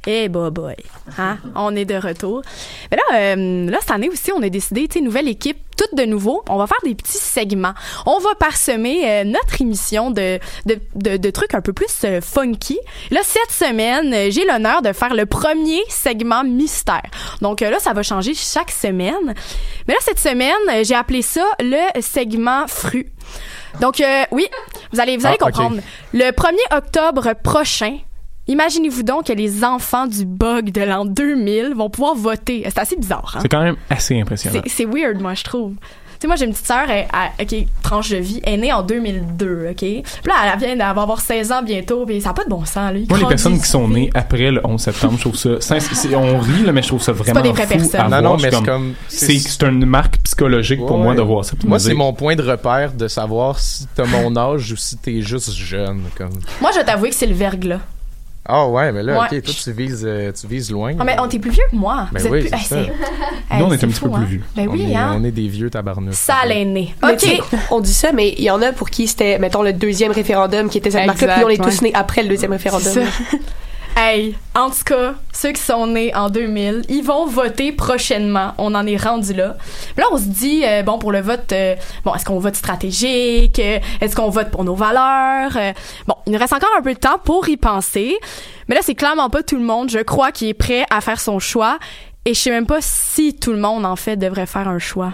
Speaker 6: Eh hey, boy, boy. Hein? On est de retour. Mais là, euh, là, cette année aussi, on a décidé, tu sais, nouvelle équipe, toute de nouveau. On va faire des petits segments. On va parsemer euh, notre émission de, de, de, de trucs un peu plus euh, funky. Là, cette semaine, euh, j'ai l'honneur de faire le premier segment mystère. Donc euh, là, ça va changer chaque semaine. Mais là, cette semaine, euh, j'ai appelé ça le segment fruits. Donc, euh, oui, vous allez, vous allez ah, comprendre. Okay. Le premier octobre prochain, imaginez-vous donc que les enfants du bug de l'an deux mille vont pouvoir voter. C'est assez bizarre, hein?
Speaker 10: C'est quand même assez impressionnant.
Speaker 6: C'est, c'est weird, moi, je trouve. Tu sais, moi, j'ai une petite sœur, elle, elle, OK, tranche de vie, elle est née en deux mille deux, OK? Puis là, elle vient d'avoir seize ans bientôt, puis ça n'a pas de bon sens, lui.
Speaker 10: Moi, les personnes qui sont nées après le onze septembre, je trouve ça... C'est, c'est, on rit, là, mais je trouve ça vraiment fou. C'est pas des vraies personnes.
Speaker 7: Non, non, mais
Speaker 10: comme,
Speaker 7: c'est comme...
Speaker 10: C'est, c'est une marque psychologique pour ouais, moi de voir ça.
Speaker 7: Moi, c'est mon point de repère de savoir si t'as mon âge ou si t'es juste jeune, comme...
Speaker 6: Moi, je vais t'avouer que c'est le verglas.
Speaker 7: Ah oh ouais, mais là,
Speaker 6: ouais.
Speaker 7: OK, toi, tu vises, euh, tu vises loin.
Speaker 6: Ah, mais on t'es plus vieux que moi.
Speaker 7: Ben oui,
Speaker 6: plus...
Speaker 7: c'est ça.
Speaker 6: Hey,
Speaker 10: Nous, on est un petit peu
Speaker 6: fou,
Speaker 10: plus
Speaker 6: hein?
Speaker 10: vieux.
Speaker 6: Ben oui,
Speaker 7: on est,
Speaker 6: hein?
Speaker 7: On est des vieux tabarnouches.
Speaker 6: Ça l'aîné.
Speaker 12: OK. On dit ça, mais il y en a pour qui c'était, mettons, le deuxième référendum qui était cette marque-là, puis on est ouais. tous nés après le deuxième référendum.
Speaker 6: Hey, en tout cas, ceux qui sont nés en deux mille, ils vont voter prochainement. On en est rendu là. Puis là, on se dit, euh, bon, pour le vote, euh, bon, est-ce qu'on vote stratégique? Euh, est-ce qu'on vote pour nos valeurs? Euh, bon, il nous reste encore un peu de temps pour y penser. Mais là, c'est clairement pas tout le monde, je crois, qui est prêt à faire son choix. Et je sais même pas si tout le monde, en fait, devrait faire un choix.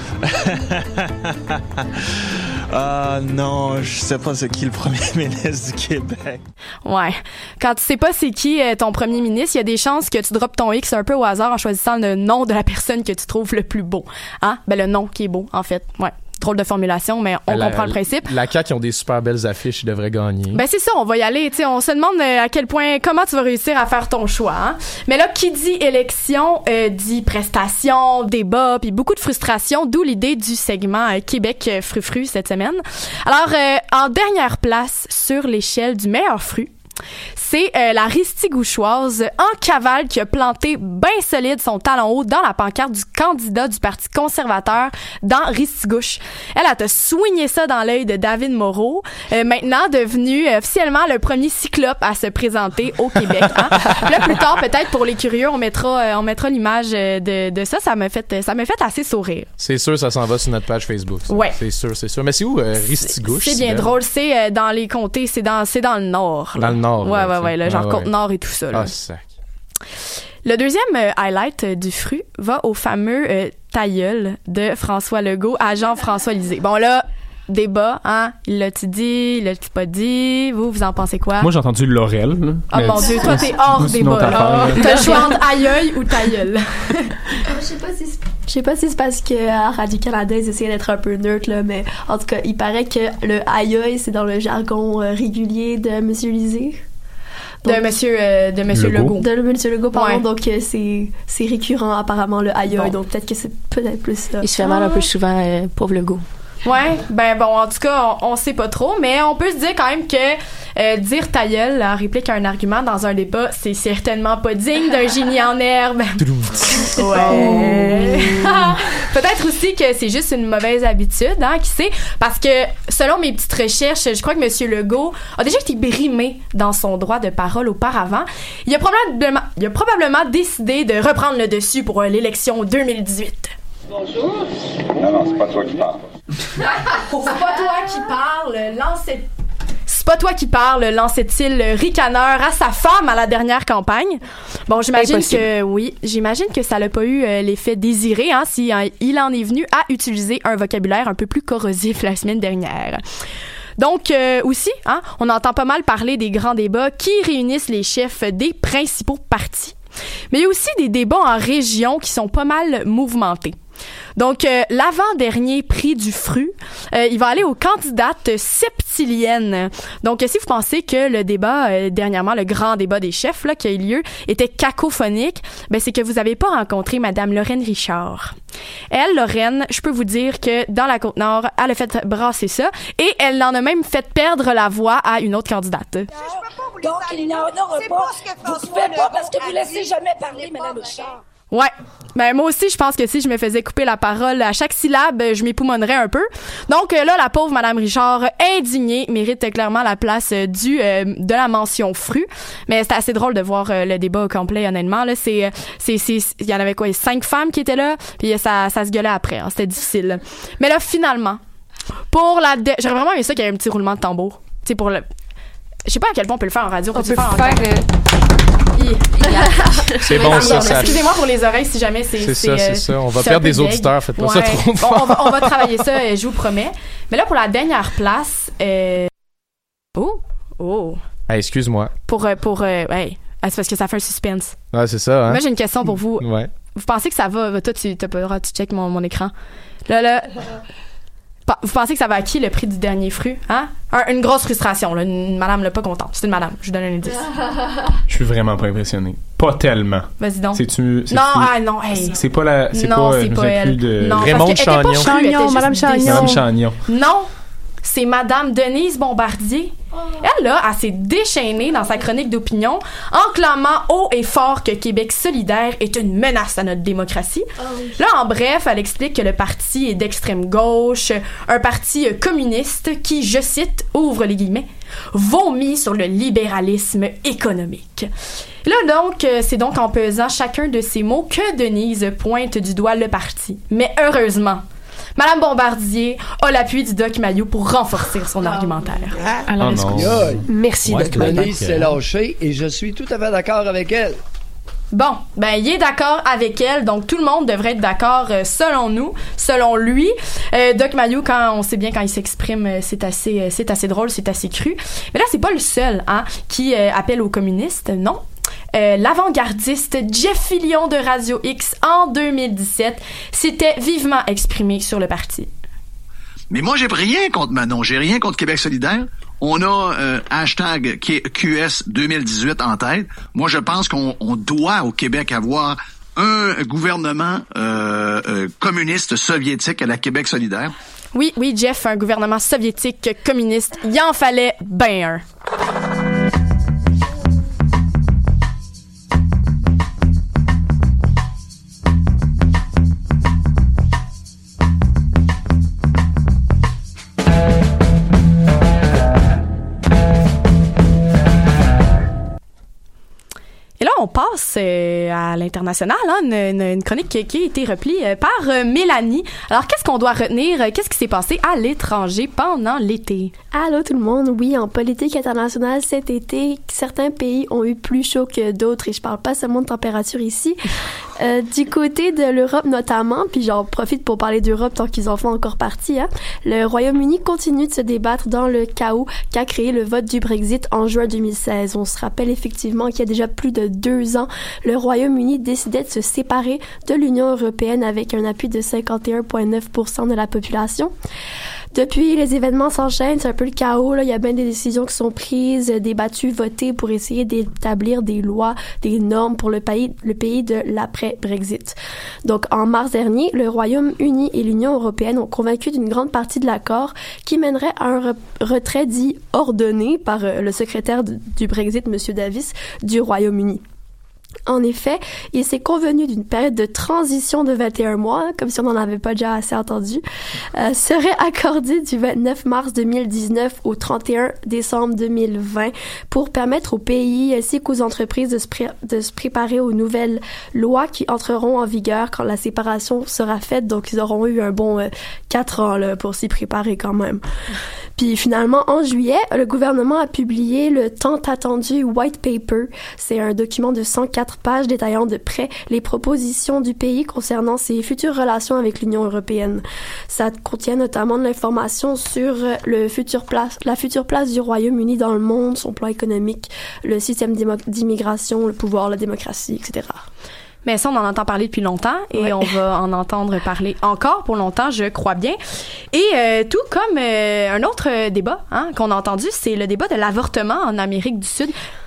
Speaker 13: Ah uh, non, je sais pas c'est qui le premier ministre du Québec.
Speaker 6: Ouais. Quand tu sais pas c'est qui euh, ton premier ministre, il y a des chances que tu droppes ton X un peu au hasard en choisissant le nom de la personne que tu trouves le plus beau. Hein? Ben, le nom qui est beau, en fait. Ouais. Drôle de formulation, mais on
Speaker 7: la,
Speaker 6: comprend le principe.
Speaker 7: La C A Q, ils ont des super belles affiches, ils devraient gagner.
Speaker 6: Ben c'est ça, on va y aller. T'sais, on se demande à quel point, comment tu vas réussir à faire ton choix. Hein? Mais là, qui dit élection, euh, dit prestation, débat, puis beaucoup de frustration, d'où l'idée du segment euh, Québec euh, Frufru cette semaine. Alors, euh, en dernière place sur l'échelle du meilleur fru, c'est euh, la Ristigouchoise en cavale qui a planté bien solide son talon haut dans la pancarte du candidat du Parti conservateur dans Ristigouche. Elle a te soigné ça dans l'œil de David Moreau, euh, maintenant devenu euh, officiellement le premier cyclope à se présenter au Québec. Hein? Là, plus tard, peut-être pour les curieux, on mettra, euh, on mettra l'image de, de ça. Ça m'a fait, ça m'a fait assez sourire.
Speaker 7: C'est sûr, ça s'en va sur notre page Facebook. Ça.
Speaker 6: Ouais.
Speaker 7: C'est sûr, c'est sûr. Mais c'est où euh, Ristigouche?
Speaker 6: C'est, c'est bien drôle. C'est euh, dans les comtés. C'est dans, c'est dans le nord. Là.
Speaker 7: Dans le nord.
Speaker 6: Ouais,
Speaker 7: là,
Speaker 6: ouais, ouais, là, genre ah, ouais. Côte-Nord et tout ça. Là.
Speaker 7: Ah, sac.
Speaker 6: Le deuxième euh, highlight euh, du fru va au fameux euh, tailleul de François Legault à Jean-François Lisée. Bon, là, débat, hein? Il l'a-tu dit? Il l'a-tu pas dit? Vous, vous en pensez quoi?
Speaker 10: Moi, j'ai entendu Laurel. Là.
Speaker 6: Oh mon Dieu, toi, t'es hors débat. Oh, t'as le choix entre aïeul ou tailleul.
Speaker 9: Je sais pas si c'est... Je sais pas si c'est parce que à Radio-Canada, ils essayaient d'être un peu neutres, là, mais en tout cas, il paraît que le aïeul, c'est dans le jargon euh, régulier de M. Lisée.
Speaker 6: Donc, de monsieur euh, de monsieur Legault.
Speaker 9: Legault. De monsieur Legault, pardon. Ouais. Donc, euh, c'est, c'est récurrent, apparemment, le aïeul. Bon. Donc, peut-être que c'est peut-être plus ça.
Speaker 11: Il se fait mal un peu souvent, euh, pauvre Legault.
Speaker 6: Ouais, ben bon, en tout cas, on, on sait pas trop, mais on peut se dire quand même que euh, dire ta gueule en réplique à un argument dans un débat, c'est certainement pas digne d'un génie en herbe. Ouais. Peut-être aussi que c'est juste une mauvaise habitude, hein, qui sait, parce que selon mes petites recherches, je crois que M. Legault a déjà été brimé dans son droit de parole auparavant. Il a probablement, il a probablement décidé de reprendre le dessus pour l'élection deux mille dix-huit.
Speaker 14: Bonjour. Non, non, c'est pas toi qui parle.
Speaker 6: C'est pas toi qui parle, lançait... C'est pas toi qui parle, lançait-il ricaneur à sa femme à la dernière campagne. Bon, j'imagine Impossible. que oui, j'imagine que ça n'a pas eu euh, l'effet désiré, hein, si hein, il en est venu à utiliser un vocabulaire un peu plus corrosif la semaine dernière. Donc, euh, aussi, hein, on entend pas mal parler des grands débats qui réunissent les chefs des principaux partis. Mais il y a aussi des débats en région qui sont pas mal mouvementés. Donc, euh, l'avant-dernier prix du Fru, euh, il va aller aux candidates septiliennes. Donc, euh, si vous pensez que le débat, euh, dernièrement, le grand débat des chefs là, qui a eu lieu, était cacophonique, ben c'est que vous n'avez pas rencontré Madame Lorraine Richard. Elle, Lorraine, je peux vous dire que dans la Côte-Nord, elle a fait brasser ça et elle en a même fait perdre la voix à une autre candidate.
Speaker 15: Donc, il n'y en aura pas. Vous ne pouvez pas parce que vous ne laissez jamais parler Madame Richard.
Speaker 6: Ouais. Ben, moi aussi, je pense que si je me faisais couper la parole à chaque syllabe, je m'époumonerais un peu. Donc là, la pauvre Madame Richard, indignée, mérite clairement la place du euh, de la mention fru. Mais c'était assez drôle de voir euh, le débat au complet, honnêtement. Là, c'est, c'est, c'est, il y en avait quoi, cinq femmes qui étaient là, puis ça, ça se gueulait après. Hein, c'était difficile. Mais là, finalement, pour la, dé- j'aurais vraiment aimé ça qu'il y ait un petit roulement de tambour. Tu sais, pour le, je sais pas à quel point on peut le faire en radio.
Speaker 12: On
Speaker 6: peut
Speaker 12: peut
Speaker 6: faire,
Speaker 12: faire.
Speaker 6: en...
Speaker 7: C'est bon,
Speaker 6: pardon,
Speaker 7: ça, ça.
Speaker 6: Excusez-moi pour les oreilles si jamais c'est.
Speaker 7: C'est,
Speaker 6: c'est
Speaker 7: ça,
Speaker 6: euh,
Speaker 7: c'est ça. On va
Speaker 6: c'est
Speaker 7: perdre
Speaker 6: un peu
Speaker 7: des
Speaker 6: vague.
Speaker 7: auditeurs. Faites pas
Speaker 6: Ouais.
Speaker 7: ça trop
Speaker 6: Bon,
Speaker 7: fort.
Speaker 6: on, va, on va travailler ça, euh, je vous promets. Mais là, pour la dernière place. Euh... Oh! Oh!
Speaker 7: Hey, excuse-moi.
Speaker 6: Pour. euh, pour euh, ouais. Ah, c'est parce que ça fait un suspense.
Speaker 7: Ouais, c'est ça, hein?
Speaker 6: Moi, j'ai une question pour vous.
Speaker 7: Ouais.
Speaker 6: Vous pensez que ça va. Toi, tu, t'as pas, tu check mon, mon écran. Là, là. Vous pensez que ça va à qui le prix du dernier fru? Hein? Un, une grosse frustration, là. Une madame là, pas contente. C'est une madame. Je vous donne un indice.
Speaker 10: Je suis vraiment pas impressionné. Pas tellement.
Speaker 6: Vas-y donc.
Speaker 10: C'est-tu, c'est
Speaker 6: non,
Speaker 10: tu,
Speaker 6: ah non, hey.
Speaker 10: C'est pas la. C'est
Speaker 6: non,
Speaker 10: pas.
Speaker 6: c'est
Speaker 10: Je me
Speaker 6: pas
Speaker 10: souviens
Speaker 6: elle.
Speaker 10: plus de.
Speaker 6: Non,
Speaker 10: Raymond
Speaker 6: parce qu'elle était pas
Speaker 10: Chagnon.
Speaker 6: crue, elle était juste
Speaker 12: Madame Chagnon.
Speaker 6: déçue.
Speaker 10: Madame Chagnon.
Speaker 6: Non, c'est Madame Denise Bombardier. Elle, là, elle s'est déchaînée dans sa chronique d'opinion en clamant haut et fort que Québec solidaire est une menace à notre démocratie.
Speaker 9: Oh, oui.
Speaker 6: Là, en bref, elle explique que le parti est d'extrême gauche, un parti communiste qui, je cite, ouvre les guillemets, vomit sur le libéralisme économique. Là, donc, c'est donc en pesant chacun de ces mots que Denise pointe du doigt le parti. Mais heureusement, Madame Bombardier a l'appui du Doc Mayou pour renforcer son argumentaire.
Speaker 15: Ah,
Speaker 10: oh non.
Speaker 12: Merci,
Speaker 15: ouais,
Speaker 12: Doc Mayou.
Speaker 15: Denise s'est lâchée et je suis tout à fait d'accord avec elle.
Speaker 6: Bon, ben il est d'accord avec elle, donc tout le monde devrait être d'accord euh, selon nous, selon lui. Euh, Doc Mayou, quand on sait bien quand il s'exprime, euh, c'est assez, euh, c'est assez drôle, c'est assez cru. Mais là, c'est pas le seul, hein, qui euh, appelle aux communistes, non. Euh, l'avant-gardiste Jeff Fillion de Radio X en deux mille dix-sept s'était vivement exprimé sur le parti.
Speaker 16: Mais moi, j'ai rien contre Manon, j'ai rien contre Québec solidaire. On a euh, hashtag Q S deux mille dix-huit en tête. Moi, je pense qu'on on doit au Québec avoir un gouvernement euh, euh, communiste soviétique à la Québec solidaire.
Speaker 6: Oui, oui, Jeff, un gouvernement soviétique communiste, il en fallait ben un. Et là, on passe euh, à l'international, hein, une, une, une chronique qui, qui a été replie euh, par euh, Mélanie. Alors, qu'est-ce qu'on doit retenir? Qu'est-ce qui s'est passé à l'étranger pendant l'été?
Speaker 9: Allô tout le monde, oui, en politique internationale cet été, certains pays ont eu plus chaud que d'autres et je parle pas seulement de température ici. Euh, du côté de l'Europe notamment, puis j'en profite pour parler d'Europe tant qu'ils en font encore partie, hein, le Royaume-Uni continue de se débattre dans le chaos qu'a créé le vote du Brexit en juin deux mille seize. On se rappelle effectivement qu'il y a déjà plus de deux ans, le Royaume-Uni décidait de se séparer de l'Union européenne avec un appui de cinquante et un virgule neuf pour cent de la population. Depuis, les événements s'enchaînent, c'est un peu le chaos, là. Il y a bien des décisions qui sont prises, débattues, votées pour essayer d'établir des lois, des normes pour le pays, le pays de l'après-Brexit. Donc, en mars dernier, le Royaume-Uni et l'Union européenne ont convaincu d'une grande partie de l'accord qui mènerait à un re- retrait dit ordonné par euh, le secrétaire du, du Brexit, M. Davis, du Royaume-Uni. En effet, il s'est convenu d'une période de transition de vingt et un mois, comme si on n'en avait pas déjà assez entendu, euh, serait accordée du vingt-neuf mars deux mille dix-neuf au trente et un décembre deux mille vingt pour permettre aux pays ainsi qu'aux entreprises de se, pré- de se préparer aux nouvelles lois qui entreront en vigueur quand la séparation sera faite. Donc, ils auront eu un bon euh, quatre ans là, pour s'y préparer quand même. Puis finalement, en juillet, le gouvernement a publié le tant attendu White Paper. C'est un document de cent quatre pages détaillant de près les propositions du pays concernant ses futures relations avec l'Union européenne. Ça contient notamment de l'information sur le futur place, la future place du Royaume-Uni dans le monde, son plan économique, le système d'immigration, le pouvoir, la démocratie, et cetera.
Speaker 6: Mais ça, on en entend parler depuis longtemps et ouais. On va en entendre parler encore pour longtemps, je crois bien. Et euh, tout comme euh, un autre débat hein, qu'on a entendu, c'est le débat de l'avortement en Amérique du Sud.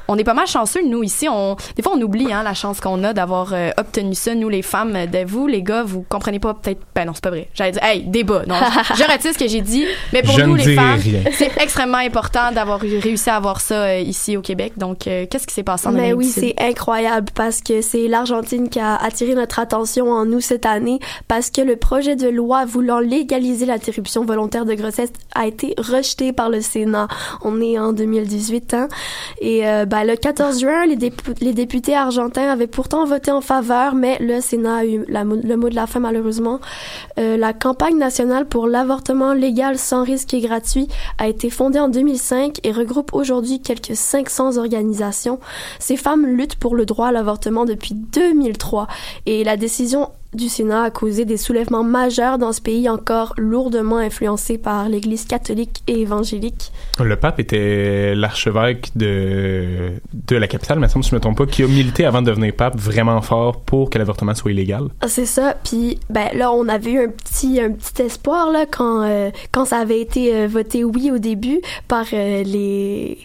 Speaker 6: on est pas mal chanceux, nous, ici. On, des fois, on oublie hein, la chance qu'on a d'avoir euh, obtenu ça, nous, les femmes. De vous, les gars, vous comprenez pas peut-être... Ben non, c'est pas vrai. J'allais dire, hey, débat. Non, je, je retire ce que j'ai dit. Mais pour
Speaker 10: je
Speaker 6: nous, les femmes,
Speaker 10: rien.
Speaker 6: c'est extrêmement important d'avoir réussi à avoir ça euh, ici au Québec. Donc, euh, qu'est-ce qui s'est passé en
Speaker 9: Mais
Speaker 6: Amérique
Speaker 9: oui,
Speaker 6: du Sud?
Speaker 9: c'est incroyable parce que c'est l'Argentine qui a attiré notre attention en nous cette année parce que le projet de loi voulant légaliser l'interruption volontaire de grossesse a été rejeté par le Sénat. On est en deux mille dix-huit, hein. Et euh, ben, le quatorze juin, les, dépu- les députés argentins avaient pourtant voté en faveur, mais le Sénat a eu la, le mot de la fin malheureusement. Euh, la campagne nationale pour l'avortement légal sans risque et gratuit a été fondée en deux mille cinq et regroupe aujourd'hui quelques cinq cents organisations. Ces femmes luttent pour le droit à l'avortement depuis deux mille trois et la décision du Sénat a causé des soulèvements majeurs dans ce pays encore lourdement influencé par l'Église catholique et évangélique.
Speaker 10: Le pape était l'archevêque de, de la capitale, me semble, si je ne me trompe pas, qui a milité avant de devenir pape vraiment fort pour que l'avortement soit illégal.
Speaker 9: C'est ça. Puis ben là, on avait eu un petit un petit espoir là quand euh, quand ça avait été euh, voté oui au début par euh, les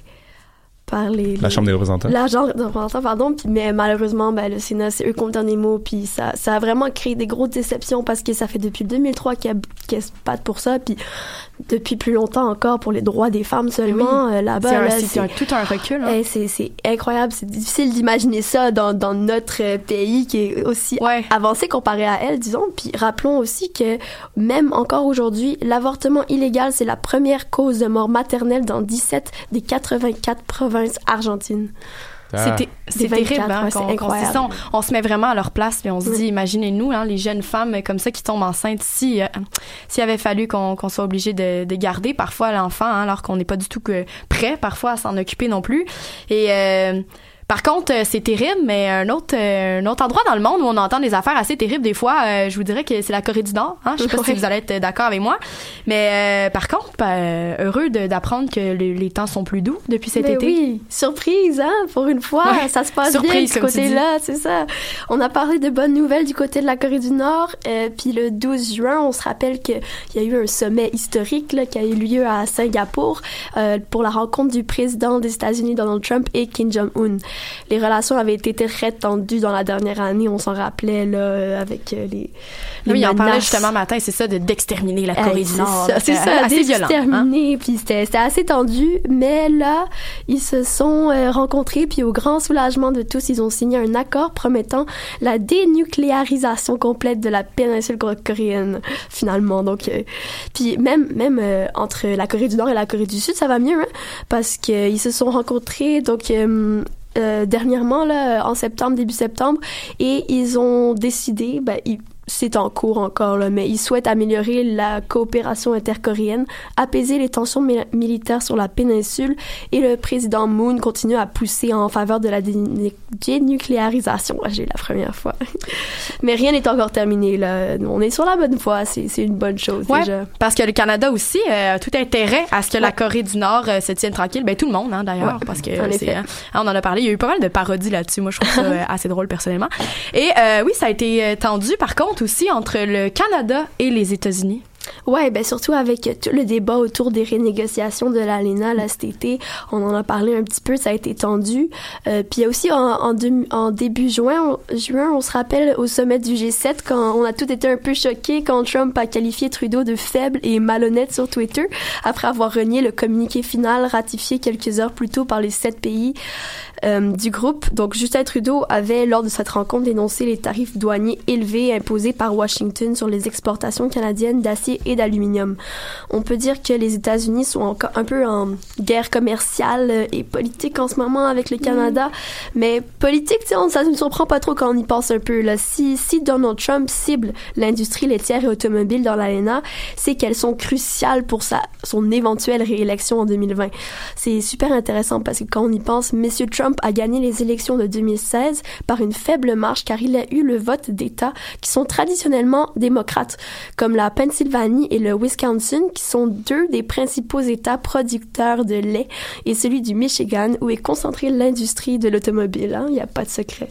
Speaker 9: par les,
Speaker 10: la
Speaker 9: les,
Speaker 10: Chambre des représentants.
Speaker 9: La Chambre des représentants, pardon. Puis, mais malheureusement, ben, le Sénat, c'est eux qui ont le dernier mot. Puis ça, ça a vraiment créé des grosses déceptions parce que ça fait depuis deux mille trois qu'ils se battent pour ça. Puis depuis plus longtemps encore pour les droits des femmes seulement.
Speaker 6: Oui.
Speaker 9: Euh, là-bas,
Speaker 6: c'est, un,
Speaker 9: là,
Speaker 6: c'est,
Speaker 9: c'est
Speaker 6: un, tout un recul. Hein.
Speaker 9: Hey, c'est, c'est incroyable. C'est difficile d'imaginer ça dans, dans notre pays qui est aussi
Speaker 6: ouais.
Speaker 9: avancé comparé à elle, disons. Puis rappelons aussi que même encore aujourd'hui, l'avortement illégal, c'est la première cause de mort maternelle dans dix-sept des quatre-vingt-quatre provinces argentines.
Speaker 6: Ah. C'est, c'est terrible, hein,
Speaker 9: ouais,
Speaker 6: qu'on,
Speaker 9: c'est incroyable.
Speaker 6: qu'on, on, on se met vraiment à leur place puis on se dit, oui. imaginez-nous, hein, les jeunes femmes comme ça qui tombent enceintes, si euh, s'il avait fallu qu'on, qu'on soit obligé de, de garder parfois l'enfant, hein, alors qu'on n'est pas du tout que prêt parfois à s'en occuper non plus. Et euh, par contre, c'est terrible, mais un autre, euh, un autre endroit dans le monde où on entend des affaires assez terribles des fois, euh, je vous dirais que c'est la Corée du Nord. Hein? Je sais pas oui. si vous allez être d'accord avec moi. Mais euh, par contre, ben, heureux de, d'apprendre que le, les temps sont plus doux depuis cet
Speaker 9: mais
Speaker 6: été.
Speaker 9: Oui, surprise, hein, pour une fois, ouais. ça se passe surprise, bien de ce côté-là, c'est ça. On a parlé de bonnes nouvelles du côté de la Corée du Nord. Euh, puis le douze juin, on se rappelle qu'il y a eu un sommet historique là, qui a eu lieu à Singapour euh, pour la rencontre du président des États-Unis, Donald Trump, et Kim Jong-un. Les relations avaient été très tendues dans la dernière année, on s'en rappelait là avec les, les
Speaker 6: oui,
Speaker 9: menaces.
Speaker 6: On parlait justement matin, c'est ça, de d'exterminer la Corée
Speaker 9: hey,
Speaker 6: du Nord.
Speaker 9: Ça, c'est ça,
Speaker 6: assez violent.
Speaker 9: D'exterminer, hein? Puis c'était, c'était assez tendu, mais là, ils se sont euh, rencontrés, puis au grand soulagement de tous, ils ont signé un accord promettant la dénucléarisation complète de la péninsule coréenne, finalement. Donc, euh, puis même même euh, entre la Corée du Nord et la Corée du Sud, ça va mieux, hein, parce qu'ils se sont rencontrés, donc euh, Euh, dernièrement, là, en septembre, début septembre, et ils ont décidé, ben, ils, c'est en cours encore, là, mais ils souhaitent améliorer la coopération intercoréenne, apaiser les tensions mi- militaires sur la péninsule, et le président Moon continue à pousser en faveur de la dé- dénucléarisation. J'ai eu la première fois. Mais rien n'est encore terminé, là. On est sur la bonne voie, c'est, c'est une bonne chose,
Speaker 6: ouais,
Speaker 9: déjà.
Speaker 6: Parce que le Canada aussi euh, a tout intérêt à ce que ouais. la Corée du Nord euh, se tienne tranquille. Ben, tout le monde, hein, d'ailleurs, ouais, parce que c'est, hein, on en a parlé. Il y a eu pas mal de parodies là-dessus. Moi, je trouve ça euh, assez drôle, personnellement. Et euh, oui, ça a été euh, tendu, par contre, aussi entre le Canada et les États-Unis.
Speaker 9: Ouais, ben surtout avec tout le débat autour des renégociations de l'ALENA là cet été, on en a parlé un petit peu, ça a été tendu. Euh, puis il y a aussi en, en, de, en début juin, on, juin, on se rappelle au sommet du G sept quand on a tous été un peu choqués quand Trump a qualifié Trudeau de faible et malhonnête sur Twitter après avoir renié le communiqué final ratifié quelques heures plus tôt par les sept pays euh, du groupe. Donc Justin Trudeau avait lors de cette rencontre dénoncé les tarifs douaniers élevés imposés par Washington sur les exportations canadiennes d'acier et d'aluminium. On peut dire que les États-Unis sont encore un peu en guerre commerciale et politique en ce moment avec le Canada, mmh. mais politique, tu sais, ça ne nous surprend pas trop quand on y pense un peu. Là. Si, si Donald Trump cible l'industrie laitière et automobile dans l'ALENA, c'est qu'elles sont cruciales pour sa, son éventuelle réélection en deux mille vingt. C'est super intéressant parce que quand on y pense, M. Trump a gagné les élections de deux mille seize par une faible marge car il a eu le vote d'États qui sont traditionnellement démocrates, comme la Pennsylvanie et le Wisconsin, qui sont deux des principaux États producteurs de lait, et celui du Michigan, où est concentrée l'industrie de l'automobile. Hein? Il n'y a pas de secret.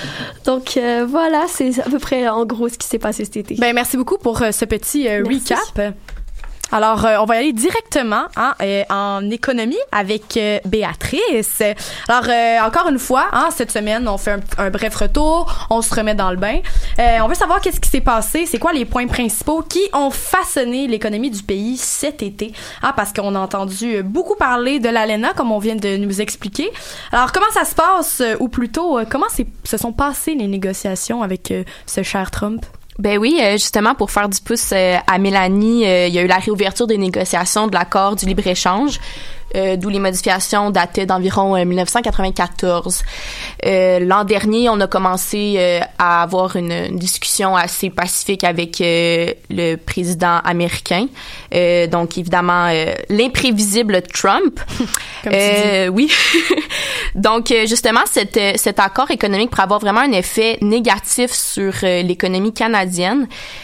Speaker 9: Donc, euh, voilà, c'est à peu près, en gros, ce qui s'est passé cet été.
Speaker 6: Ben, merci beaucoup pour euh, ce petit euh, recap. Alors, euh, on va y aller directement hein, euh, en économie avec euh, Béatrice. Alors, euh, encore une fois, hein, cette semaine, on fait un, un bref retour, on se remet dans le bain. Euh, on veut savoir qu'est-ce qui s'est passé, c'est quoi les points principaux qui ont façonné l'économie du pays cet été. Hein, parce qu'on a entendu beaucoup parler de l'ALENA, comme on vient de nous expliquer. Alors, comment ça se passe, ou plutôt, comment c'est, se sont passées les négociations avec euh, ce cher Trump?
Speaker 11: Ben oui, euh, justement, pour faire du pouce euh, à Mélanie, euh, il y a eu la réouverture des négociations de l'accord du libre-échange, euh, d'où les modifications dataient d'environ euh, dix-neuf cent quatre-vingt-quatorze. Euh, l'an dernier, on a commencé euh, à avoir une, une discussion assez pacifique avec euh, le président américain. Euh, donc, évidemment, euh, l'imprévisible Trump. Comme euh, tu dis. Oui. Donc, justement, cet, cet accord économique pourrait avoir vraiment un effet négatif sur euh, l'économie canadienne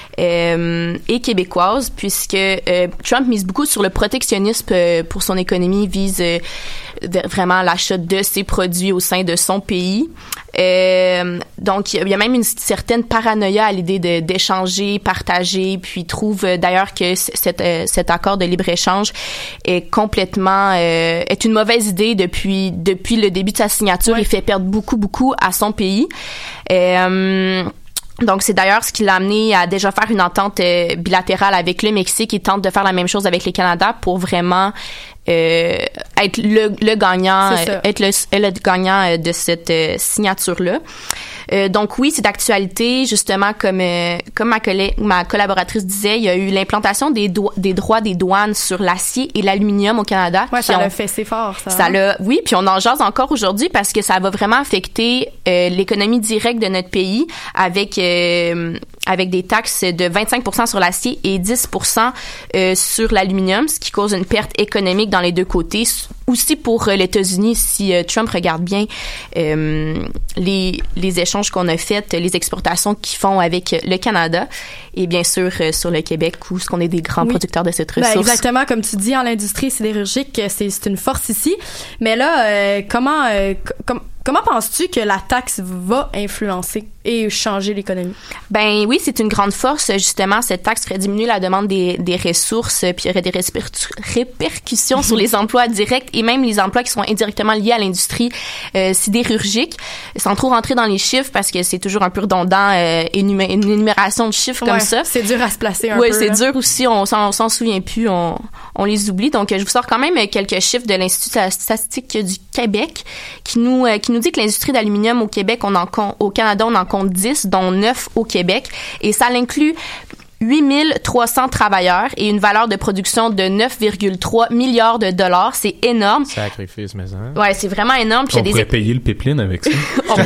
Speaker 11: euh, et québécoise, puisque euh, Trump mise beaucoup sur le protectionnisme euh, pour son économie, vise euh, vraiment l'achat de ses produits au sein de son pays. Euh, donc, il y a même une certaine paranoïa à l'idée de, d'échanger, partager, puis trouve euh, d'ailleurs que c- cet, euh, cet accord de libre-échange est complètement, euh, est une mauvaise idée depuis, depuis le début de sa signature. Ouais. Il fait perdre beaucoup, beaucoup à son pays. Euh, Donc, c'est d'ailleurs ce qui l'a amené à déjà faire une entente euh, bilatérale avec le Mexique et tente de faire la même chose avec le Canada pour vraiment euh, être le, le gagnant, euh, être le, le gagnant euh, de cette euh, signature-là. Euh, donc oui, c'est d'actualité. Justement, comme euh, comme ma collègue, ma collaboratrice disait, il y a eu l'implantation des, do- des droits des douanes sur l'acier et l'aluminium au Canada.
Speaker 6: Ouais, ça
Speaker 11: ont,
Speaker 6: l'a fait, c'est fort, ça.
Speaker 11: Ça l'a, oui, puis on en jase encore aujourd'hui parce que ça va vraiment affecter euh, l'économie directe de notre pays avec euh, avec des taxes de vingt-cinq pour cent sur l'acier et dix pour cent euh, sur l'aluminium, ce qui cause une perte économique dans les deux côtés. Aussi pour euh, les États-Unis, si euh, Trump regarde bien euh, les les échanges qu'on a faits, les exportations qu'ils font avec le Canada et bien sûr euh, sur le Québec où ce qu'on est des grands oui. producteurs de cette ressource.
Speaker 6: Ben, exactement, comme tu dis, en l'industrie sidérurgique, c'est c'est une force ici. Mais là, euh, comment euh, com- Comment penses-tu que la taxe va influencer et changer l'économie?
Speaker 11: Ben oui, c'est une grande force. Justement, cette taxe ferait diminuer la demande des, des ressources, puis il y aurait des réper- répercussions sur les emplois directs et même les emplois qui sont indirectement liés à l'industrie euh, sidérurgique. Sans trop rentrer dans les chiffres, parce que c'est toujours un peu redondant, euh, énumé- une énumération de chiffres
Speaker 6: ouais,
Speaker 11: comme ça.
Speaker 6: C'est dur à se placer un
Speaker 11: ouais,
Speaker 6: peu.
Speaker 11: Oui, c'est
Speaker 6: là.
Speaker 11: dur aussi. On s'en, on s'en souvient plus, on, on les oublie. Donc, je vous sors quand même quelques chiffres de l'Institut statistique du Québec qui nous, euh, qui nous dit que l'industrie d'aluminium au Québec, on en compte, au Canada, on en compte dix, dont neuf au Québec. Et ça l'inclut huit mille trois cents travailleurs et une valeur de production de neuf virgule trois milliards de dollars. C'est énorme.
Speaker 7: Sacrifice, mais hein?
Speaker 11: Ouais, c'est vraiment énorme. Puis
Speaker 10: on
Speaker 11: y a
Speaker 10: pourrait
Speaker 11: des...
Speaker 10: payer le pipeline avec ça.
Speaker 11: on...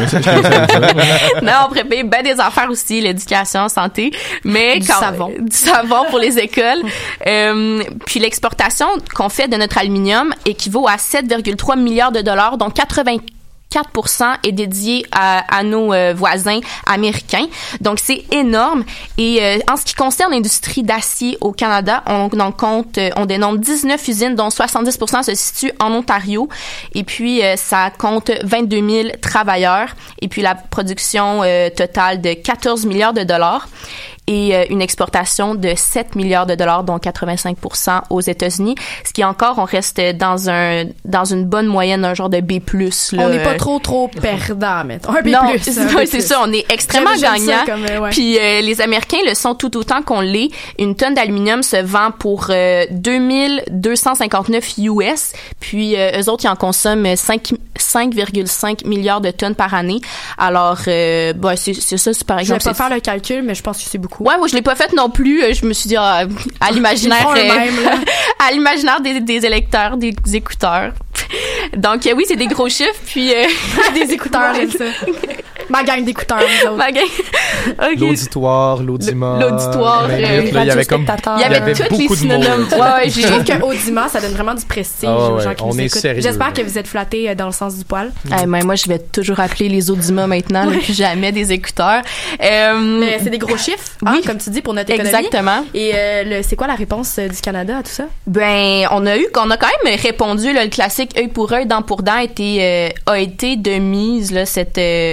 Speaker 11: non, on pourrait payer ben des affaires aussi, l'éducation, santé, mais
Speaker 6: du
Speaker 11: quand...
Speaker 6: savon.
Speaker 11: Du savon pour les écoles. euh, puis l'exportation qu'on fait de notre aluminium équivaut à sept virgule trois milliards de dollars, dont quatre-vingt-quatre pour cent est dédié à, à nos euh, voisins américains. Donc, c'est énorme. Et euh, en ce qui concerne l'industrie d'acier au Canada, on en compte, euh, on dénombre dix-neuf usines, dont soixante-dix pour cent se situent en Ontario. Et puis, euh, ça compte vingt-deux mille travailleurs. Et puis, la production euh, totale de quatorze milliards de dollars. Et euh, une exportation de sept milliards de dollars, dont quatre-vingt-cinq pour cent aux États-Unis. Ce qui encore, on reste dans un dans une bonne moyenne, un genre de B plus. Là.
Speaker 6: On n'est pas trop, trop perdant, mettons. Un B
Speaker 11: non,
Speaker 6: plus.
Speaker 11: C'est,
Speaker 6: un
Speaker 11: ouais,
Speaker 6: B
Speaker 11: c'est
Speaker 6: plus.
Speaker 11: ça, on est extrêmement
Speaker 6: j'aime, j'aime
Speaker 11: gagnant.
Speaker 6: ça comme, euh, ouais.
Speaker 11: Puis euh, les Américains le sont tout autant qu'on l'est. Une tonne d'aluminium se vend pour euh, deux mille deux cent cinquante-neuf U S. Puis euh, eux autres, ils en consomment cinq virgule cinq milliards de tonnes par année. Alors, euh, bah, c'est, c'est ça, c'est par exemple...
Speaker 6: Je vais pas faire le calcul, mais je pense que c'est beaucoup.
Speaker 11: Ouais, moi, je l'ai pas fait non plus. Je me suis dit, ah, à l'imaginaire, euh,
Speaker 6: même,
Speaker 11: à l'imaginaire des, des électeurs, des écouteurs. Donc, euh, oui, c'est des gros chiffres, puis... Euh,
Speaker 6: des écouteurs, j'aime ça. Ma gang d'écouteurs, vous autres.
Speaker 11: Ma gang. Okay.
Speaker 7: L'auditoire, l'audimat.
Speaker 11: L'auditoire.
Speaker 7: Euh, il y avait comme...
Speaker 11: Il y avait, avait tous les synonymes.
Speaker 6: Ouais, ouais, je trouve que audimat, ça donne vraiment du prestige
Speaker 7: oh,
Speaker 6: aux gens
Speaker 7: ouais,
Speaker 6: qui
Speaker 7: on
Speaker 6: nous
Speaker 7: est
Speaker 6: écoutent.
Speaker 7: Sérieux,
Speaker 6: J'espère
Speaker 7: là.
Speaker 6: que vous êtes flattés dans le sens du poil.
Speaker 11: Mm. Eh, ben, moi, je vais toujours appeler les audimats maintenant, ouais. Plus jamais des écouteurs.
Speaker 6: Euh, Mais c'est des gros chiffres, hein, oui, comme tu dis, pour notre économie.
Speaker 11: Exactement.
Speaker 6: Et euh, le, c'est quoi la réponse du Canada à tout ça?
Speaker 11: Ben, on a eu, qu'on a quand même répondu, là, le classique œil pour œil, dent pour dent, a été, euh, a été de mise, là, cette, euh, cette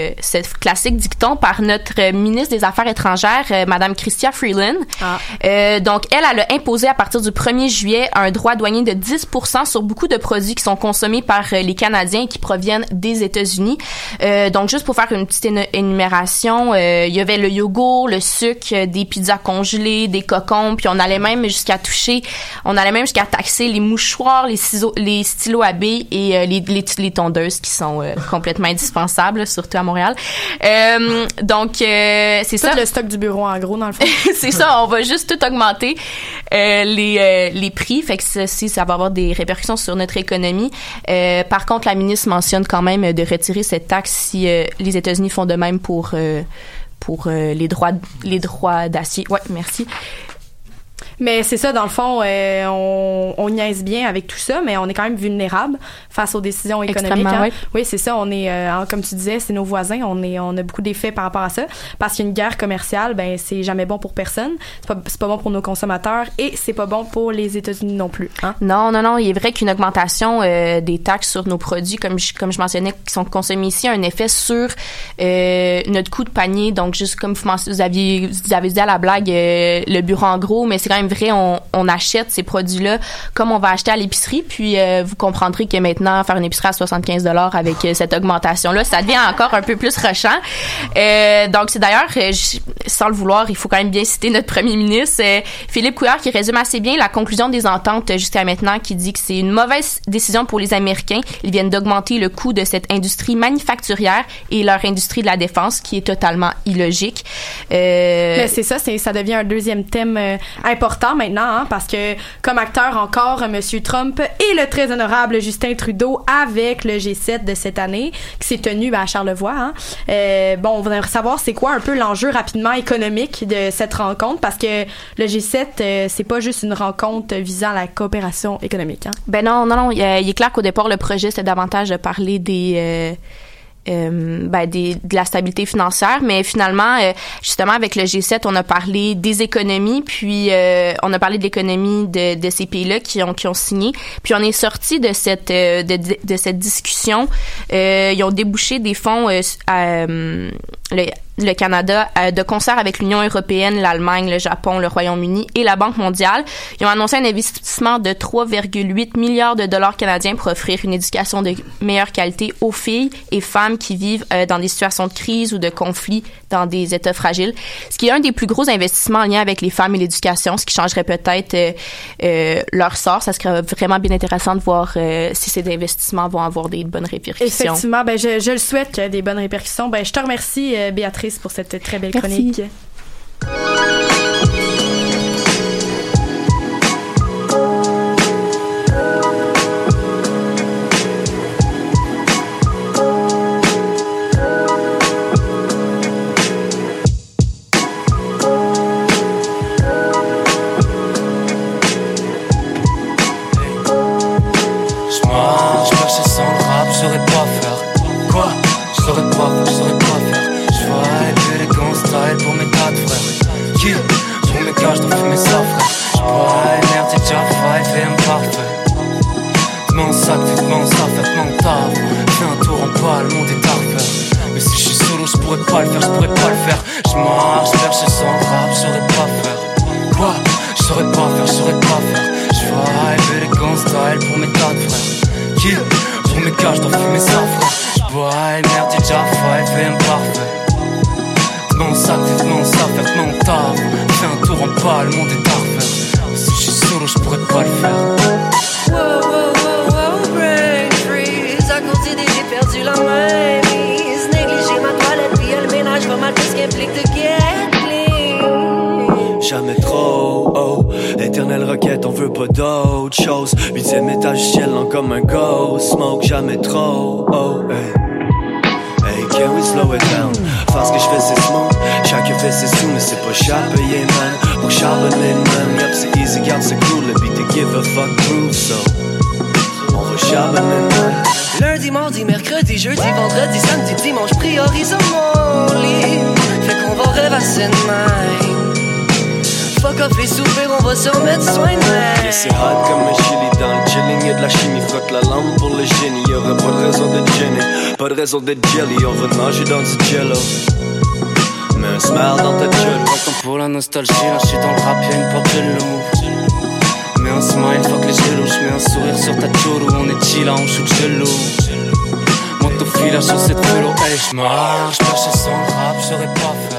Speaker 11: classique dicton par notre ministre des Affaires étrangères, euh, Madame Chrystia Freeland. Ah. Euh, donc, elle, elle a imposé à partir du premier juillet un droit douanier de dix pour cent sur beaucoup de produits qui sont consommés par euh, les Canadiens et qui proviennent des États-Unis. Euh, donc, juste pour faire une petite énumération, euh, il y avait le yogourt, le sucre, des pizzas congelées, des cocons, puis on allait même jusqu'à toucher, on allait même jusqu'à taxer les mouchoirs, les ciseaux, les stylos à billes et euh, les, les, les tondeuses qui sont euh, complètement indispensables, surtout à Montréal. Euh, donc, euh, c'est
Speaker 6: tout
Speaker 11: ça.
Speaker 6: le stock du bureau, en gros, dans le fond.
Speaker 11: C'est ça, on va juste tout augmenter euh, les, euh, les prix, fait que ceci, ça va avoir des répercussions sur notre économie. Euh, par contre, la ministre mentionne quand même de retirer cette taxe si euh, les États-Unis font de même pour euh, pour euh, les droits les droits d'acier. Ouais, merci.
Speaker 6: Mais c'est ça, dans le fond, euh, on, on niaise bien avec tout ça, mais on est quand même vulnérable face aux décisions économiques. Hein.
Speaker 11: Ouais.
Speaker 6: Oui, c'est ça. On est, euh, comme tu disais, c'est nos voisins. On est, on a beaucoup d'effets par rapport à ça. Parce qu'il y a une guerre commerciale, ben c'est jamais bon pour personne. C'est pas, c'est pas bon pour nos consommateurs et c'est pas bon pour les États-Unis non plus. Hein?
Speaker 11: Non, non, non. Il est vrai qu'une augmentation euh, des taxes sur nos produits, comme je, comme je mentionnais, qui sont consommés ici, a un effet sur euh, notre coût de panier. Donc, juste comme vous, vous aviez, vous avez dit à la blague, euh, le bureau en gros, mais c'est quand même vrai, on, on achète ces produits-là comme on va acheter à l'épicerie, puis euh, vous comprendrez que maintenant, faire une épicerie à soixante-quinze dollars avec euh, cette augmentation-là, ça devient encore un peu plus rushant. Euh, donc, c'est d'ailleurs, euh, sans le vouloir, il faut quand même bien citer notre premier ministre, euh, Philippe Couillard, qui résume assez bien la conclusion des ententes jusqu'à maintenant, qui dit que c'est une mauvaise décision pour les Américains. Ils viennent d'augmenter le coût de cette industrie manufacturière et leur industrie de la défense, qui est totalement illogique.
Speaker 6: Euh, Mais c'est ça, c'est, ça devient un deuxième thème euh, important maintenant, hein, parce que comme acteur encore, M. Trump et le très honorable Justin Trudeau avec le G sept de cette année qui s'est tenu ben, à Charlevoix. Hein. Euh, bon, on voudrait savoir c'est quoi un peu l'enjeu rapidement économique de cette rencontre, parce que le G sept, euh, c'est pas juste une rencontre visant la coopération économique. Hein.
Speaker 11: Ben non, non, non. Il, il est clair qu'au départ, le projet, c'était davantage de parler des... Euh Euh, ben des, de la stabilité financière, mais finalement, euh, justement, avec le G sept, on a parlé des économies, puis euh, on a parlé de l'économie de, de ces pays-là qui ont, qui ont signé, puis on est sorti de cette, euh, de, de, de cette discussion. Euh, ils ont débouché des fonds euh, à, euh, le, le Canada, euh, de concert avec l'Union européenne, l'Allemagne, le Japon, le Royaume-Uni et la Banque mondiale. Ils ont annoncé un investissement de trois virgule huit milliards de dollars canadiens pour offrir une éducation de meilleure qualité aux filles et femmes qui vivent euh, dans des situations de crise ou de conflit dans des États fragiles. Ce qui est un des plus gros investissements en lien avec les femmes et l'éducation, ce qui changerait peut-être euh, euh, leur sort. Ça serait vraiment bien intéressant de voir euh, si ces investissements vont avoir des bonnes répercussions.
Speaker 6: Effectivement, ben je, je le souhaite qu'il y ait des bonnes répercussions. Ben je te remercie, euh, Béatrice, pour cette très belle chronique.
Speaker 11: Merci.
Speaker 17: Jamais trop, oh, éternelle requête, on veut pas d'autre chose. Huitième étage, ciel lent comme un ghost. Smoke jamais trop, oh, hey. Hey, can we slow it down? Parce que je fais c'est smoke, chacun fait ses sous, mais c'est pas cher payé, man. Pour charbonner, man, yup, c'est easy, garde c'est cool. Le beat de give a fuck proof, so on va charbonner, man.
Speaker 18: Lundi, mardi, mercredi, jeudi, vendredi, samedi, dimanche, priorise mon lit. Fait qu'on va rêvasser de même. Fuck off les soupers, on va se remettre soin de même.
Speaker 17: Yeah, c'est hot comme un chili dans le chilling, y'a de la chimie, frotte la lampe pour le génie. Y'aurait pas de raison de te gêner, pas Pas de raison d'être jelly, on va te manger dans du jello. Mets un smile dans ta gueule.
Speaker 18: Pas le temps pour la nostalgie, là j'suis dans le rap, y'a une porte de l'eau. Mets un smile, fuck les jaloux, j'mets un sourire sur ta chourou. On est chill, là on shoot gelou. Monte au fil, là sur cette polo. Hey, j'marche, j'marche sans rap, j'saurais pas faire.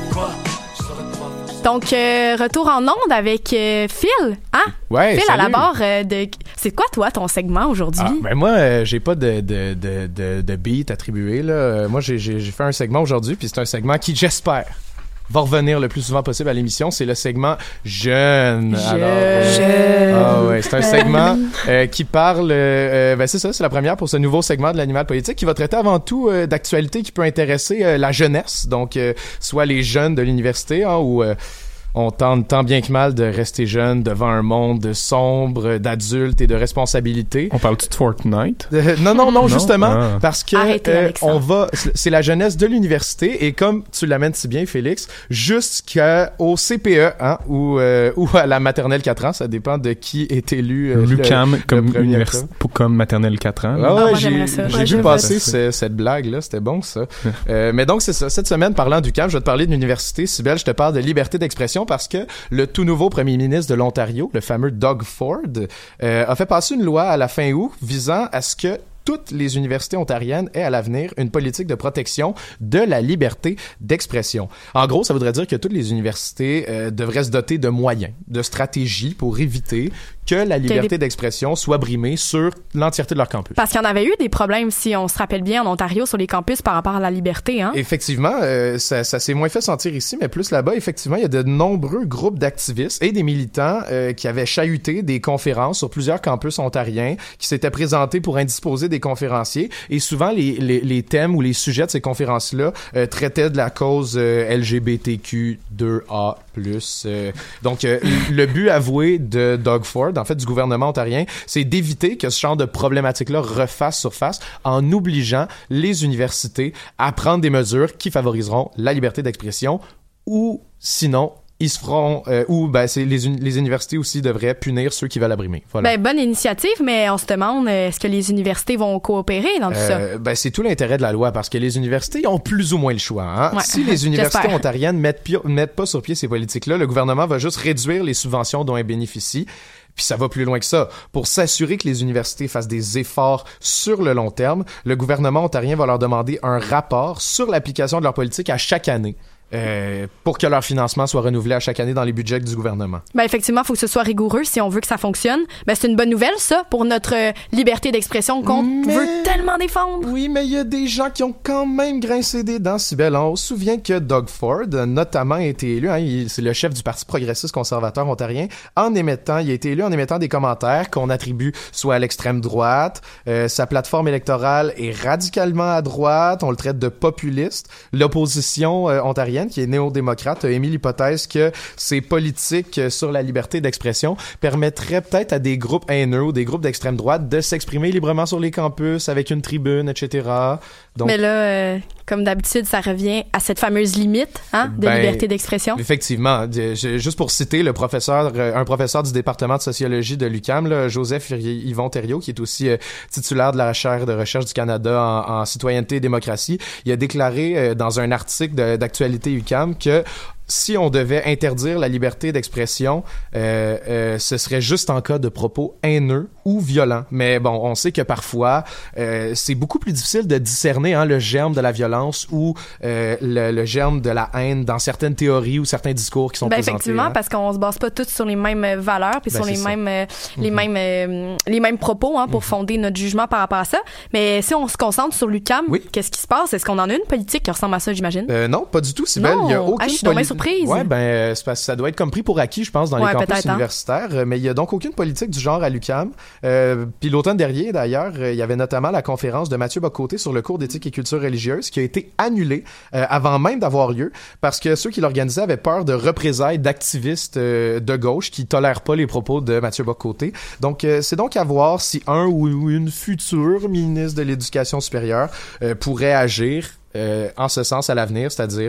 Speaker 6: Donc, euh, retour en onde avec euh, Phil, hein?
Speaker 7: Ouais,
Speaker 6: Phil
Speaker 7: salut.
Speaker 6: à la barre euh, de... C'est quoi, toi, ton segment aujourd'hui?
Speaker 7: Ah, ben moi, euh, j'ai pas de, de, de, de, de beat attribué, là. Euh, moi, j'ai, j'ai, j'ai fait un segment aujourd'hui, puis c'est un segment qui, j'espère, va revenir le plus souvent possible à l'émission. C'est le segment Jeune.
Speaker 6: Jeune.
Speaker 7: Alors,
Speaker 6: Jeune.
Speaker 7: Ah ouais, c'est un segment euh, qui parle... Euh, ben c'est ça, c'est la première pour ce nouveau segment de l'animal politique qui va traiter avant tout euh, d'actualités qui peut intéresser euh, la jeunesse, donc euh, soit les jeunes de l'université, hein, ou... Euh, on tente tant bien que mal de rester jeune devant un monde sombre, d'adultes et de responsabilités.
Speaker 10: On parle-tu de Fortnite?
Speaker 7: Euh, non, non, non,
Speaker 10: Non?
Speaker 7: justement,
Speaker 10: Ah.
Speaker 7: parce que
Speaker 6: Arrêtez,
Speaker 7: euh,
Speaker 6: Alexandre.
Speaker 7: on va, c'est la jeunesse de l'université et comme tu l'amènes si bien, Félix, jusqu'au C P E, hein, ou euh, ou à la maternelle quatre ans, ça dépend de qui est élu. Euh,
Speaker 10: L'UQAM
Speaker 7: le-
Speaker 10: comme
Speaker 7: le premier
Speaker 10: université,
Speaker 7: octobre.
Speaker 10: pour comme maternelle quatre ans.
Speaker 7: Ah
Speaker 10: là.
Speaker 7: ouais,
Speaker 6: moi,
Speaker 7: j'ai,
Speaker 6: j'aimerais ça.
Speaker 7: j'ai
Speaker 6: Ouais,
Speaker 7: vu
Speaker 6: j'aimerais
Speaker 7: passer
Speaker 10: ça.
Speaker 7: ce- cette blague-là, c'était bon ça. euh, mais donc c'est ça, cette semaine, parlant du camp, je vais te parler de l'université. Sybelle, je te parle de liberté d'expression parce que le tout nouveau premier ministre de l'Ontario, le fameux Doug Ford, euh, a fait passer une loi à la fin août visant à ce que toutes les universités ontariennes aient à l'avenir une politique de protection de la liberté d'expression. En gros, ça voudrait dire que toutes les universités euh, devraient se doter de moyens, de stratégies pour éviter que la liberté
Speaker 6: des-
Speaker 7: d'expression soit brimée sur l'entièreté de leur campus.
Speaker 6: Parce qu'il y en avait eu des problèmes, si on se rappelle bien, en Ontario, sur les campus par rapport à la liberté, hein?
Speaker 7: Effectivement, euh, ça, ça s'est moins fait sentir ici, mais plus là-bas, effectivement, il y a de nombreux groupes d'activistes et des militants euh, qui avaient chahuté des conférences sur plusieurs campus ontariens, qui s'étaient présentés pour indisposer des conférenciers. Et souvent, les, les, les thèmes ou les sujets de ces conférences-là euh, traitaient de la cause euh, L G B T Q deux A plus. Euh, donc, euh, le but avoué de Doug Ford, en fait, du gouvernement ontarien, c'est d'éviter que ce genre de problématique-là refasse surface en obligeant les universités à prendre des mesures qui favoriseront la liberté d'expression ou, sinon, ils se feront... Euh, ou, ben, c'est les, uni- les universités aussi devraient punir ceux qui veulent la brimer. Voilà.
Speaker 6: Ben, bonne initiative, mais on se demande, euh, est-ce que les universités vont coopérer dans tout ça?
Speaker 7: Euh, ben, c'est tout l'intérêt de la loi parce que les universités ont plus ou moins le choix. Hein?
Speaker 6: Ouais.
Speaker 7: Si les universités
Speaker 6: J'espère.
Speaker 7: ontariennes mettent, pi- mettent pas sur pied ces politiques-là, le gouvernement va juste réduire les subventions dont elles bénéficient. Puis ça va plus loin que ça. Pour s'assurer que les universités fassent des efforts sur le long terme, le gouvernement ontarien va leur demander un rapport sur l'application de leur politique à chaque année. Euh, pour que leur financement soit renouvelé à chaque année dans les budgets du gouvernement.
Speaker 6: Ben effectivement, il faut que ce soit rigoureux si on veut que ça fonctionne. Ben c'est une bonne nouvelle, ça, pour notre euh, liberté d'expression qu'on
Speaker 7: Mais-
Speaker 6: veut tellement défendre.
Speaker 7: Oui, mais il y a des gens qui ont quand même grincé des dents, Sybelle. On se souvient que Doug Ford, notamment, a été élu, hein, il- c'est le chef du Parti progressiste conservateur ontarien, en émettant, il a été élu en émettant des commentaires qu'on attribue soit à l'extrême droite, euh, sa plateforme électorale est radicalement à droite, on le traite de populiste. L'opposition euh, ontarienne, qui est néo-démocrate, a émis l'hypothèse que ces politiques euh, sur la liberté d'expression permettraient peut-être à des groupes haineux ou des groupes d'extrême droite de s'exprimer librement sur les campus avec une tribune, et cetera. Donc,
Speaker 6: Mais là, euh, comme d'habitude, ça revient à cette fameuse limite hein, de
Speaker 7: Ben,
Speaker 6: liberté d'expression.
Speaker 7: effectivement, de- je- juste pour citer le professeur, euh, un professeur du département de sociologie de l'UQAM, là, Joseph Y- Yvon Thériault, qui est aussi euh, titulaire de la chaire de recherche du Canada en, en citoyenneté et démocratie, il a déclaré euh, dans un article de- d'actualité UQAM que si on devait interdire la liberté d'expression, euh, euh, ce serait juste en cas de propos haineux ou violents. Mais bon, on sait que parfois, euh, c'est beaucoup plus difficile de discerner hein, le germe de la violence ou euh, le, le germe de la haine dans certaines théories ou certains discours qui sont
Speaker 6: Ben
Speaker 7: présentés.
Speaker 6: effectivement,
Speaker 7: hein.
Speaker 6: parce qu'on se base pas tous sur les mêmes euh, valeurs puis
Speaker 7: Ben,
Speaker 6: sur les
Speaker 7: c'est ça.
Speaker 6: mêmes euh, les
Speaker 7: Mhm.
Speaker 6: mêmes euh, les mêmes propos hein, pour fonder notre jugement par rapport à ça. Mais si on se concentre sur l'UQAM, qu'est-ce qui se passe? Est-ce qu'on en a une politique qui ressemble à ça, j'imagine?
Speaker 7: Euh, non, pas du tout, Sybelle.
Speaker 6: Non.
Speaker 7: Il y a
Speaker 6: Ah,
Speaker 7: aucune
Speaker 6: je suis donc bien
Speaker 7: poli-
Speaker 6: surprise.
Speaker 7: Ouais, ben, euh, c'est parce que ça doit être comme pris pour acquis, je pense, dans
Speaker 6: Ouais,
Speaker 7: les campus
Speaker 6: peut-être, hein.
Speaker 7: universitaires. Euh, Mais il y a donc aucune politique du genre à l'UQAM. Euh, Puis l'automne dernier, d'ailleurs, euh, il y avait notamment la conférence de Mathieu Bock-Côté sur le cours d'éthique et culture religieuse qui a été annulée euh, avant même d'avoir lieu parce que ceux qui l'organisaient avaient peur de représailles d'activistes euh, de gauche qui tolèrent pas les propos de Mathieu Bock-Côté. Donc, euh, c'est donc à voir si un ou une future ministre de l'Éducation supérieure euh, pourrait agir euh, en ce sens à l'avenir, c'est-à-dire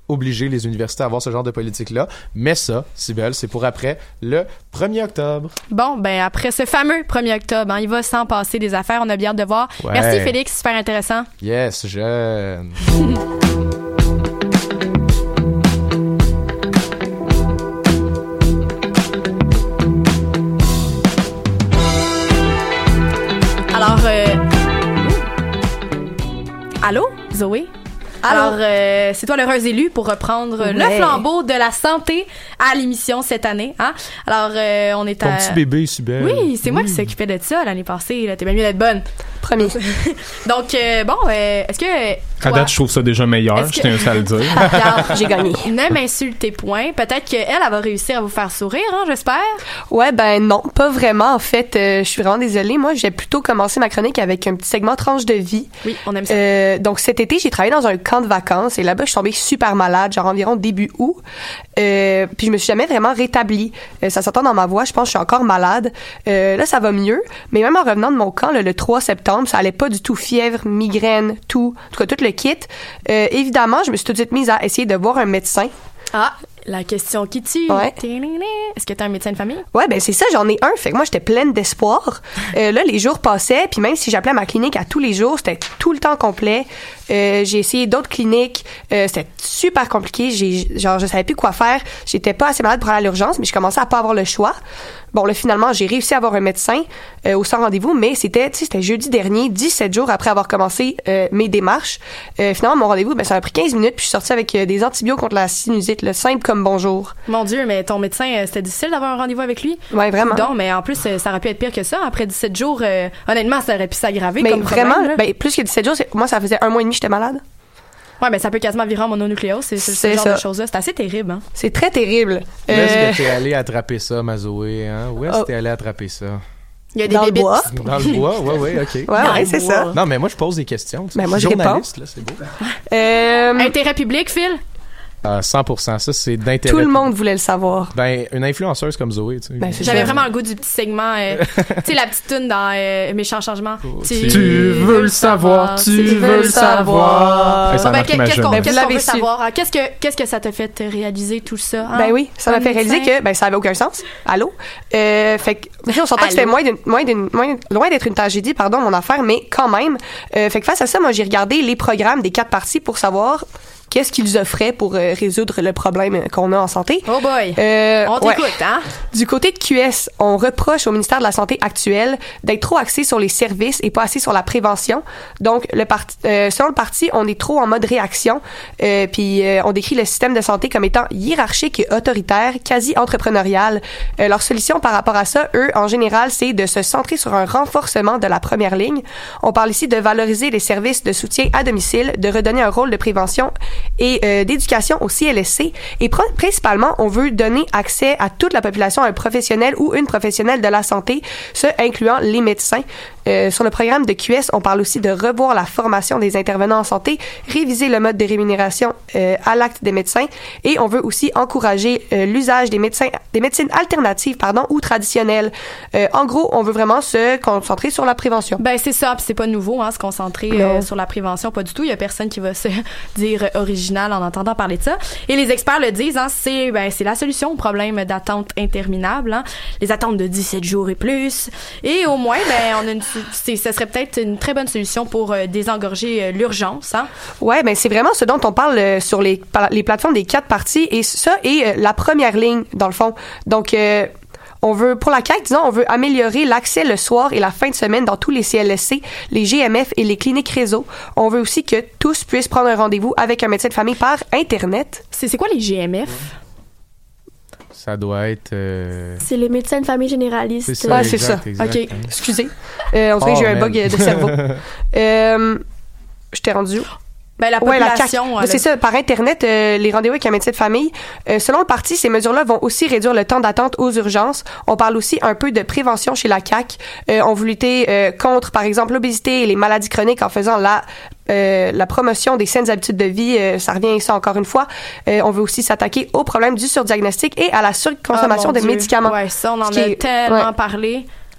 Speaker 7: obliger les universités à avoir ce genre de politique-là. Mais ça, Cybèle, c'est pour après le premier octobre.
Speaker 6: Bon, ben après ce fameux premier octobre, hein, il va s'en passer des affaires. On a bien hâte de voir.
Speaker 7: Ouais.
Speaker 6: Merci Félix, super intéressant.
Speaker 7: Yes, jeune.
Speaker 6: Alors, euh... allô, Zoé?
Speaker 9: Allô?
Speaker 6: Alors, euh, c'est toi l'heureuse élue pour reprendre
Speaker 9: Ouais.
Speaker 6: le flambeau de la santé à l'émission cette année. Hein? Alors, euh, on est
Speaker 7: Ton
Speaker 6: à...
Speaker 7: petit bébé, Cybèle.
Speaker 6: Oui, c'est moi
Speaker 7: Oui.
Speaker 6: qui s'occupais de ça l'année passée. Là. T'es bien mieux d'être bonne.
Speaker 9: Premier.
Speaker 6: Donc, euh, bon, euh, est-ce que...
Speaker 10: À date, je trouve ça déjà meilleur,
Speaker 6: Est-ce
Speaker 10: je
Speaker 6: que-
Speaker 10: tiens à le dire.
Speaker 6: Regarde,
Speaker 9: j'ai gagné.
Speaker 6: Ne m'insultez point. Peut-être qu'elle, elle va réussir à vous faire sourire, hein, j'espère.
Speaker 12: Ouais, ben non, pas vraiment. En fait, euh, je suis vraiment désolée. Moi, j'ai plutôt commencé ma chronique avec un petit segment tranche de vie.
Speaker 6: Oui, on aime ça.
Speaker 12: Euh, donc, cet été, j'ai travaillé dans un camp de vacances et là-bas, je suis tombée super malade, genre environ début août. Euh, puis je me suis jamais vraiment rétablie. Euh, ça s'entend dans ma voix, je pense que je suis encore malade. Euh, là, ça va mieux. Mais même en revenant de mon camp, là, le trois septembre, ça allait pas du tout. Fièvre, migraine, tout. En tout cas, tout le kit. Euh, évidemment, je me suis tout de suite mise à essayer de voir un médecin.
Speaker 6: Ah, la question qui tue.
Speaker 12: Ouais.
Speaker 6: Est-ce que t'es un médecin de famille?
Speaker 12: Ouais, ben c'est ça, j'en ai un. Fait que moi, j'étais pleine d'espoir. Euh, là, les jours passaient, puis même si j'appelais à ma clinique à tous les jours, c'était tout le temps complet. Euh, j'ai essayé d'autres cliniques. Euh, c'était super compliqué. J'ai, genre, je savais plus quoi faire. J'étais pas assez malade pour aller à l'urgence, mais je commençais à pas avoir le choix. Bon, là, finalement, j'ai réussi à avoir un médecin euh, au sans rendez-vous, mais c'était, tu sais, c'était jeudi dernier, dix-sept jours après avoir commencé euh, mes démarches. Euh, finalement, mon rendez-vous, ben, ça a pris quinze minutes, puis je suis sortie avec euh, des antibiotiques contre la sinusite, le simple comme bonjour.
Speaker 6: Mon Dieu, mais ton médecin, euh, c'était difficile d'avoir un rendez-vous avec lui?
Speaker 12: Ouais, vraiment.
Speaker 6: Non, mais en plus, euh, ça aurait pu être pire que ça. Après dix-sept jours, euh, honnêtement, ça aurait pu s'aggraver
Speaker 12: Mais
Speaker 6: comme problème,
Speaker 12: vraiment,
Speaker 6: là.
Speaker 12: ben, plus que dix-sept jours, c'est, moi, ça faisait un mois et demi que j'étais malade.
Speaker 6: Ouais, mais ça peut quasiment virer en mononucléose, c'est, c'est ce
Speaker 12: C'est
Speaker 6: genre
Speaker 12: ça.
Speaker 6: de choses-là. C'est assez terrible, hein?
Speaker 12: C'est très terrible.
Speaker 7: Où est-ce
Speaker 12: Euh,
Speaker 7: que t'es allé attraper ça, ma Zoé? Hein? Où est-ce que
Speaker 12: Oh.
Speaker 7: t'es allé attraper ça?
Speaker 6: Il y a des
Speaker 12: Dans le
Speaker 6: bébites.
Speaker 12: bois.
Speaker 7: Dans le bois? Ouais, ouais, OK.
Speaker 12: Ouais, ouais, c'est ça.
Speaker 7: Non, mais moi, je pose des questions. tu sais.
Speaker 12: Ben, moi,
Speaker 7: suis
Speaker 12: je réponds.
Speaker 7: journaliste, là, c'est beau.
Speaker 12: Euh,
Speaker 6: Intérêt public, Phil?
Speaker 7: Ah, cent pour cent, ça, c'est d'intérêt.
Speaker 12: tout le monde voulait le savoir.
Speaker 7: Ben, une influenceuse comme Zoé, tu sais.
Speaker 12: Ben, c'est
Speaker 6: J'avais
Speaker 12: ça.
Speaker 6: vraiment le goût du petit segment, euh, tu sais, la petite toune dans euh, Méchant Changement.
Speaker 7: Tu
Speaker 10: veux le savoir, tu veux le savoir. Hey, ça a
Speaker 6: Bon, ben,
Speaker 10: marqué ma
Speaker 6: qu'est-ce qu'on,
Speaker 10: jeunesse.
Speaker 6: qu'est-ce
Speaker 12: Vous
Speaker 6: qu'on veut
Speaker 12: l'avez su.
Speaker 6: savoir? hein? Qu'est-ce que, qu'est-ce que ça t'a fait réaliser tout ça? hein?
Speaker 12: Ben oui, ça m'a
Speaker 6: Comme
Speaker 12: fait réaliser
Speaker 6: médecin?
Speaker 12: que ben ça avait aucun sens. Allô. Euh, fait que tu sais, on s'entend que c'était
Speaker 6: Allô?
Speaker 12: moins d'une, moins d'une, moins- loin d'être une tragédie, pardon, mon affaire, mais quand même. Euh, fait que face à ça, moi j'ai regardé les programmes des quatre parties pour savoir qu'est-ce qu'ils offraient pour euh, résoudre le problème qu'on a en santé.
Speaker 6: Oh boy!
Speaker 12: Euh,
Speaker 6: On
Speaker 12: ouais.
Speaker 6: t'écoute, hein?
Speaker 12: Du côté de Q S, on reproche au ministère de la Santé actuel d'être trop axé sur les services et pas assez sur la prévention. Donc, le parti, euh, selon le parti, on est trop en mode réaction. Euh, puis, euh, on décrit le système de santé comme étant hiérarchique et autoritaire, quasi entrepreneurial. Euh, leur solution par rapport à ça, eux, en général, c'est de se centrer sur un renforcement de la première ligne. On parle ici de valoriser les services de soutien à domicile, de redonner un rôle de prévention et euh, d'éducation au C L S C. Et pr- principalement, on veut donner accès à toute la population à un professionnel ou une professionnelle de la santé, ce incluant les médecins. Euh, sur le programme de Q S, on parle aussi de revoir la formation des intervenants en santé, réviser le mode de rémunération euh, à l'acte des médecins, et on veut aussi encourager euh, l'usage des médecins, des médecines alternatives, pardon, ou traditionnelles. Euh, en gros, on veut vraiment se concentrer sur la prévention.
Speaker 6: Ben c'est ça, puis c'est pas nouveau, hein, se concentrer euh, sur la prévention, pas du tout. Il y a personne qui va se dire original en entendant parler de ça. Et les experts le disent, hein, c'est ben c'est la solution au problème d'attente interminable, hein, les attentes de dix-sept jours et plus. Et au moins, ben on a une, c'est, ça serait peut-être une très bonne solution pour euh, désengorger euh, l'urgence, hein.
Speaker 12: Ouais, ben c'est vraiment ce dont on parle euh, sur les par- les plateformes des quatre parties, et ça est euh, la première ligne dans le fond. Donc euh, on veut, pour la C A Q, disons, on veut améliorer l'accès le soir et la fin de semaine dans tous les C L S C, les G M F et les cliniques réseau. On veut aussi que tous puissent prendre un rendez-vous avec un médecin de famille par Internet.
Speaker 6: C'est, c'est quoi les G M F?
Speaker 7: Ça doit être... euh,
Speaker 9: C'est les médecins de famille généralistes.
Speaker 7: C'est ça,
Speaker 12: Ah, c'est
Speaker 7: exact,
Speaker 12: ça.
Speaker 7: exact.
Speaker 12: OK. Excusez. Euh, on dirait que
Speaker 7: Oh,
Speaker 12: j'ai un
Speaker 7: man.
Speaker 12: bug de cerveau. euh, je t'ai rendu où?
Speaker 6: Ben la
Speaker 12: Ouais, la C A
Speaker 6: population.
Speaker 12: Q.
Speaker 6: euh,
Speaker 12: Mais c'est ça, par Internet, euh, les rendez-vous avec un médecin de famille. Euh, selon le parti, ces mesures-là vont aussi réduire le temps d'attente aux urgences. On parle aussi un peu de prévention chez la C A Q. Euh, on veut lutter euh, contre, par exemple, l'obésité et les maladies chroniques en faisant la euh, la promotion des saines habitudes de vie. Euh, ça revient ça encore une fois. Euh, on veut aussi s'attaquer au problème du surdiagnostic et à la surconsommation
Speaker 6: oh, mon
Speaker 12: de
Speaker 6: Dieu.
Speaker 12: médicaments.
Speaker 6: Ouais, ça, on en
Speaker 12: Ce qui
Speaker 6: a
Speaker 12: est-
Speaker 6: tellement
Speaker 12: ouais.
Speaker 6: parlé.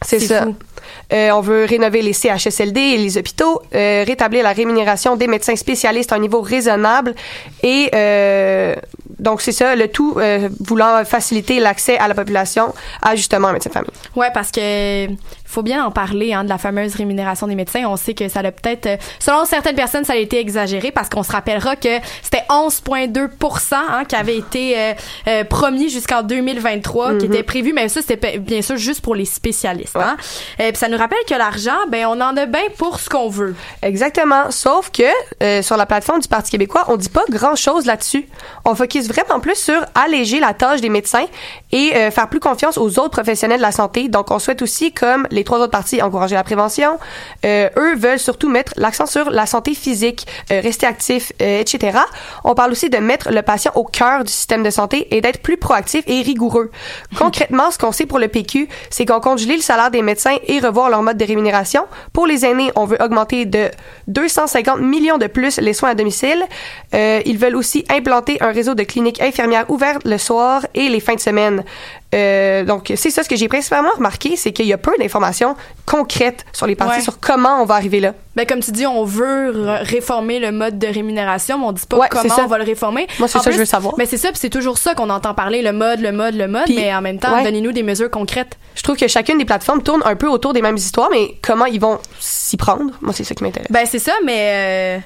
Speaker 12: C'est, c'est ça. Fou. Euh, on veut rénover les C H S L D et les hôpitaux, euh, rétablir la rémunération des médecins spécialistes à un niveau raisonnable et euh, donc c'est ça, le tout euh, voulant faciliter l'accès à la population à justement un médecin de famille.
Speaker 6: Ouais, parce que faut bien en parler hein, de la fameuse rémunération des médecins. On sait que ça a peut-être, selon certaines personnes, ça a été exagéré parce qu'on se rappellera que c'était onze virgule deux pour cent hein, qui avait été euh, euh, promis jusqu'en deux mille vingt-trois, mm-hmm. qui était prévu, mais ça c'était bien sûr juste pour les spécialistes. Ouais. Hein. Euh, puis ça nous rappelle que l'argent, ben on en a bien pour ce qu'on veut.
Speaker 12: Exactement. Sauf que euh, sur la plateforme du Parti québécois, on dit pas grand-chose là-dessus. On focus vraiment plus sur alléger la tâche des médecins et euh, faire plus confiance aux autres professionnels de la santé. Donc on souhaite aussi, comme les trois autres partis, encourager la prévention. Euh, eux veulent surtout mettre l'accent sur la santé physique, euh, rester actif, euh, et cetera. On parle aussi de mettre le patient au cœur du système de santé et d'être plus proactif et rigoureux. Concrètement, ce qu'on sait pour le P Q, c'est qu'on compte geler le salaire des médecins et revoir leur mode de rémunération. Pour les aînés, on veut augmenter de deux cent cinquante millions de plus les soins à domicile. Euh, ils veulent aussi implanter un réseau de cliniques infirmières ouvertes le soir et les fins de semaine. Euh, donc, c'est ça ce que j'ai principalement remarqué, c'est qu'il y a peu d'informations concrètes sur les partis, ouais. sur comment on va arriver là.
Speaker 6: Ben, comme tu dis, on veut r- réformer le mode de rémunération, mais on dit pas ouais, comment on va le réformer.
Speaker 12: Moi, c'est en ça plus, que je veux savoir.
Speaker 6: Mais c'est ça, puis c'est toujours ça qu'on entend parler, le mode, le mode, le mode, puis, mais en même temps, ouais. donnez-nous des mesures concrètes.
Speaker 12: Je trouve que chacune des plateformes tourne un peu autour des mêmes histoires, mais comment ils vont s'y prendre, moi, c'est ça qui m'intéresse.
Speaker 6: Ben, c'est ça, mais... Euh...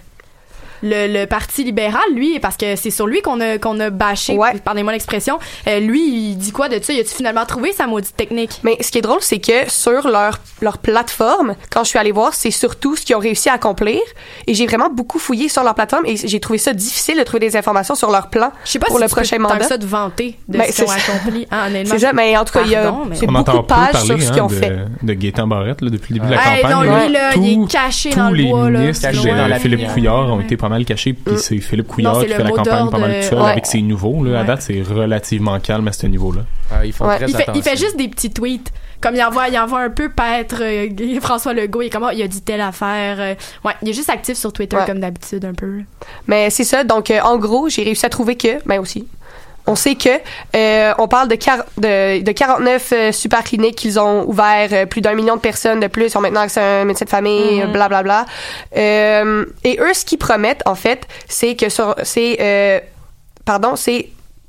Speaker 6: Le, le Parti libéral, lui, parce que c'est sur lui qu'on a, qu'on a bâché, ouais. pardonnez-moi l'expression, euh, lui, il dit quoi de ça? Il a-tu finalement trouvé sa maudite technique?
Speaker 12: Mais ce qui est drôle, c'est que sur leur, leur plateforme, quand je suis allée voir, c'est surtout ce qu'ils ont réussi à accomplir. Et j'ai vraiment beaucoup fouillé sur leur plateforme et j'ai trouvé ça difficile de trouver des informations sur leur plan
Speaker 6: je sais pas
Speaker 12: pour
Speaker 6: si
Speaker 12: le
Speaker 6: tu
Speaker 12: prochain
Speaker 6: peux
Speaker 12: mandat.
Speaker 6: Tant que ça de vanter de ben, ce qu'ils ont accompli. Hein, honnêtement.
Speaker 12: C'est ça, mais en tout cas, il y a
Speaker 6: mais...
Speaker 12: c'est
Speaker 10: on
Speaker 12: beaucoup de pages
Speaker 10: parler,
Speaker 12: sur ce qu'ils ont
Speaker 10: hein,
Speaker 12: fait.
Speaker 10: De, de Gaétan Barrette, là, depuis le début de la
Speaker 6: hey,
Speaker 10: campagne.
Speaker 6: Non,
Speaker 10: là,
Speaker 6: lui, là,
Speaker 10: tout,
Speaker 6: il est caché dans le bois.
Speaker 10: Tous les
Speaker 6: là,
Speaker 10: ministres
Speaker 6: loin,
Speaker 10: de
Speaker 6: la
Speaker 10: Philippe
Speaker 6: lumière.
Speaker 10: Couillard ont été pas mal cachés, puis c'est Philippe Couillard
Speaker 6: non,
Speaker 10: qui fait la campagne pas mal tout seul
Speaker 6: ouais.
Speaker 10: avec ses nouveaux. Là, ouais. À date, c'est relativement calme à ce niveau-là.
Speaker 7: Euh, ils font
Speaker 6: ouais.
Speaker 7: très
Speaker 6: il, fait,
Speaker 7: attention.
Speaker 6: il fait juste des petits tweets. Comme il envoie, il envoie un peu paître euh, François Legault. Il est comme, oh, il a dit telle affaire. Euh, ouais, il est juste actif sur Twitter ouais. comme d'habitude un peu.
Speaker 12: Mais c'est ça. Donc, euh, en gros, j'ai réussi à trouver que, ben aussi, on sait que euh, on parle de, quar- de, de quarante-neuf euh, super cliniques qu'ils ont ouvert, euh, plus d'un million de personnes de plus ont maintenant accès à un médecin de famille, mm-hmm. blablabla. Bla, bla. euh, et eux, ce qu'ils promettent, en fait, c'est que sur, c'est, euh, pardon, c'est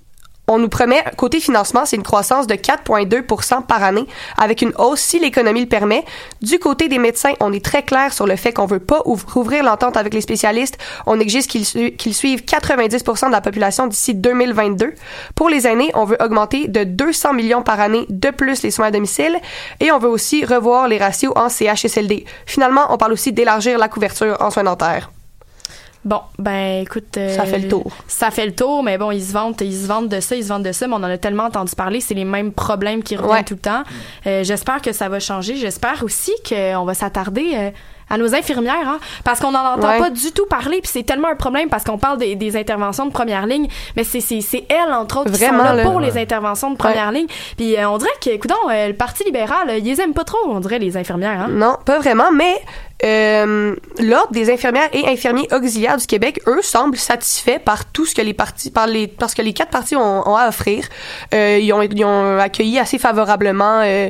Speaker 12: on nous promet, côté financement, c'est une croissance de quatre virgule deux pour cent par année, avec une hausse si l'économie le permet. Du côté des médecins, on est très clair sur le fait qu'on veut pas ouvrir l'entente avec les spécialistes. On exige qu'ils, su- qu'ils suivent quatre-vingt-dix pour cent de la population d'ici deux mille vingt-deux. Pour les aînés, on veut augmenter de deux cents millions par année de plus les soins à domicile et on veut aussi revoir les ratios en C H S L D. Finalement, on parle aussi d'élargir la couverture en soins dentaires.
Speaker 6: Bon, ben écoute... Euh,
Speaker 12: ça fait le tour.
Speaker 6: Ça fait le tour, mais bon, ils se vantent, ils se vantent de ça, ils se vantent de ça, mais on en a tellement entendu parler, c'est les mêmes problèmes qui reviennent ouais. tout le temps. Euh, j'espère que ça va changer. J'espère aussi qu'on va s'attarder... Euh, à nos infirmières, hein, parce qu'on n'en entend ouais. pas du tout parler, puis c'est tellement un problème parce qu'on parle des, des interventions de première ligne, mais c'est, c'est, c'est elles, entre autres, Vraiment, qui sont là, là pour ouais. les interventions de première ouais. ligne. Puis euh, on dirait que, écoute, euh, le Parti libéral, euh, ils les aiment pas trop, on dirait, les infirmières. Hein?
Speaker 12: Non, pas vraiment, mais euh, l'Ordre des infirmières et infirmiers auxiliaires du Québec, eux, semblent satisfaits par tout ce que les partis, par les, parce que les quatre partis ont, ont à offrir. Euh, ils, ont, ils ont accueilli assez favorablement... Euh,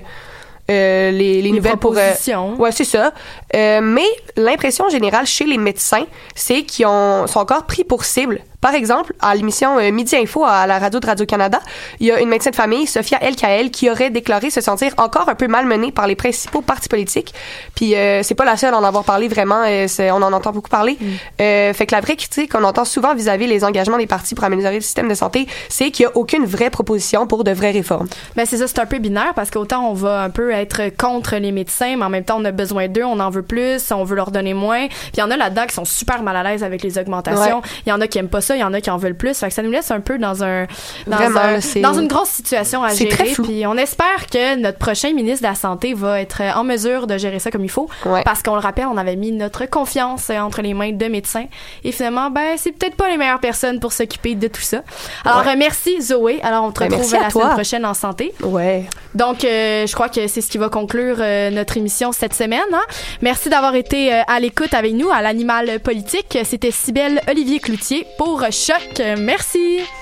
Speaker 12: Euh, les, les, les nouvelles pour euh, ouais c'est ça euh, mais l'impression générale chez les médecins c'est qu'ils ont, sont encore pris pour cible. Par exemple, à l'émission euh, Midi Info à la radio de Radio-Canada, il y a une médecin de famille, Sophia Elkael, qui aurait déclaré se sentir encore un peu malmenée par les principaux partis politiques. Puis euh, c'est pas la seule à en avoir parlé vraiment, euh, c'est, on en entend beaucoup parler. Mm. Euh, fait que la vraie critique qu'on entend souvent vis-à-vis les engagements des partis pour améliorer le système de santé, c'est qu'il y a aucune vraie proposition pour de vraies réformes.
Speaker 6: Ben c'est ça, c'est un peu binaire parce qu'autant on va un peu être contre les médecins, mais en même temps on a besoin d'eux, on en veut plus, on veut leur donner moins. Puis il y en a là-dedans qui sont super mal à l'aise avec les augmentations. Il ouais. y en a qui aiment pas ça. Il y en a qui en veulent plus. Fait que ça nous laisse un peu dans un dans, Vraiment, un, c'est... dans une grosse situation à
Speaker 12: c'est
Speaker 6: gérer.
Speaker 12: Très flou.
Speaker 6: Puis on espère que notre prochain ministre de la Santé va être en mesure de gérer ça comme il faut.
Speaker 12: Ouais.
Speaker 6: Parce qu'on le rappelle, on avait mis notre confiance entre les mains de médecins. Et finalement, ben c'est peut-être pas les meilleures personnes pour s'occuper de tout ça. Alors ouais. euh, merci Zoé. Alors on te
Speaker 12: ben,
Speaker 6: retrouve la toi. semaine prochaine en santé.
Speaker 12: Ouais.
Speaker 6: Donc euh, je crois que c'est ce qui va conclure euh, notre émission cette semaine. Hein? Merci d'avoir été euh, à l'écoute avec nous à l'Animal Politique. C'était Cybèle Olivier Cloutier pour Choc. Merci.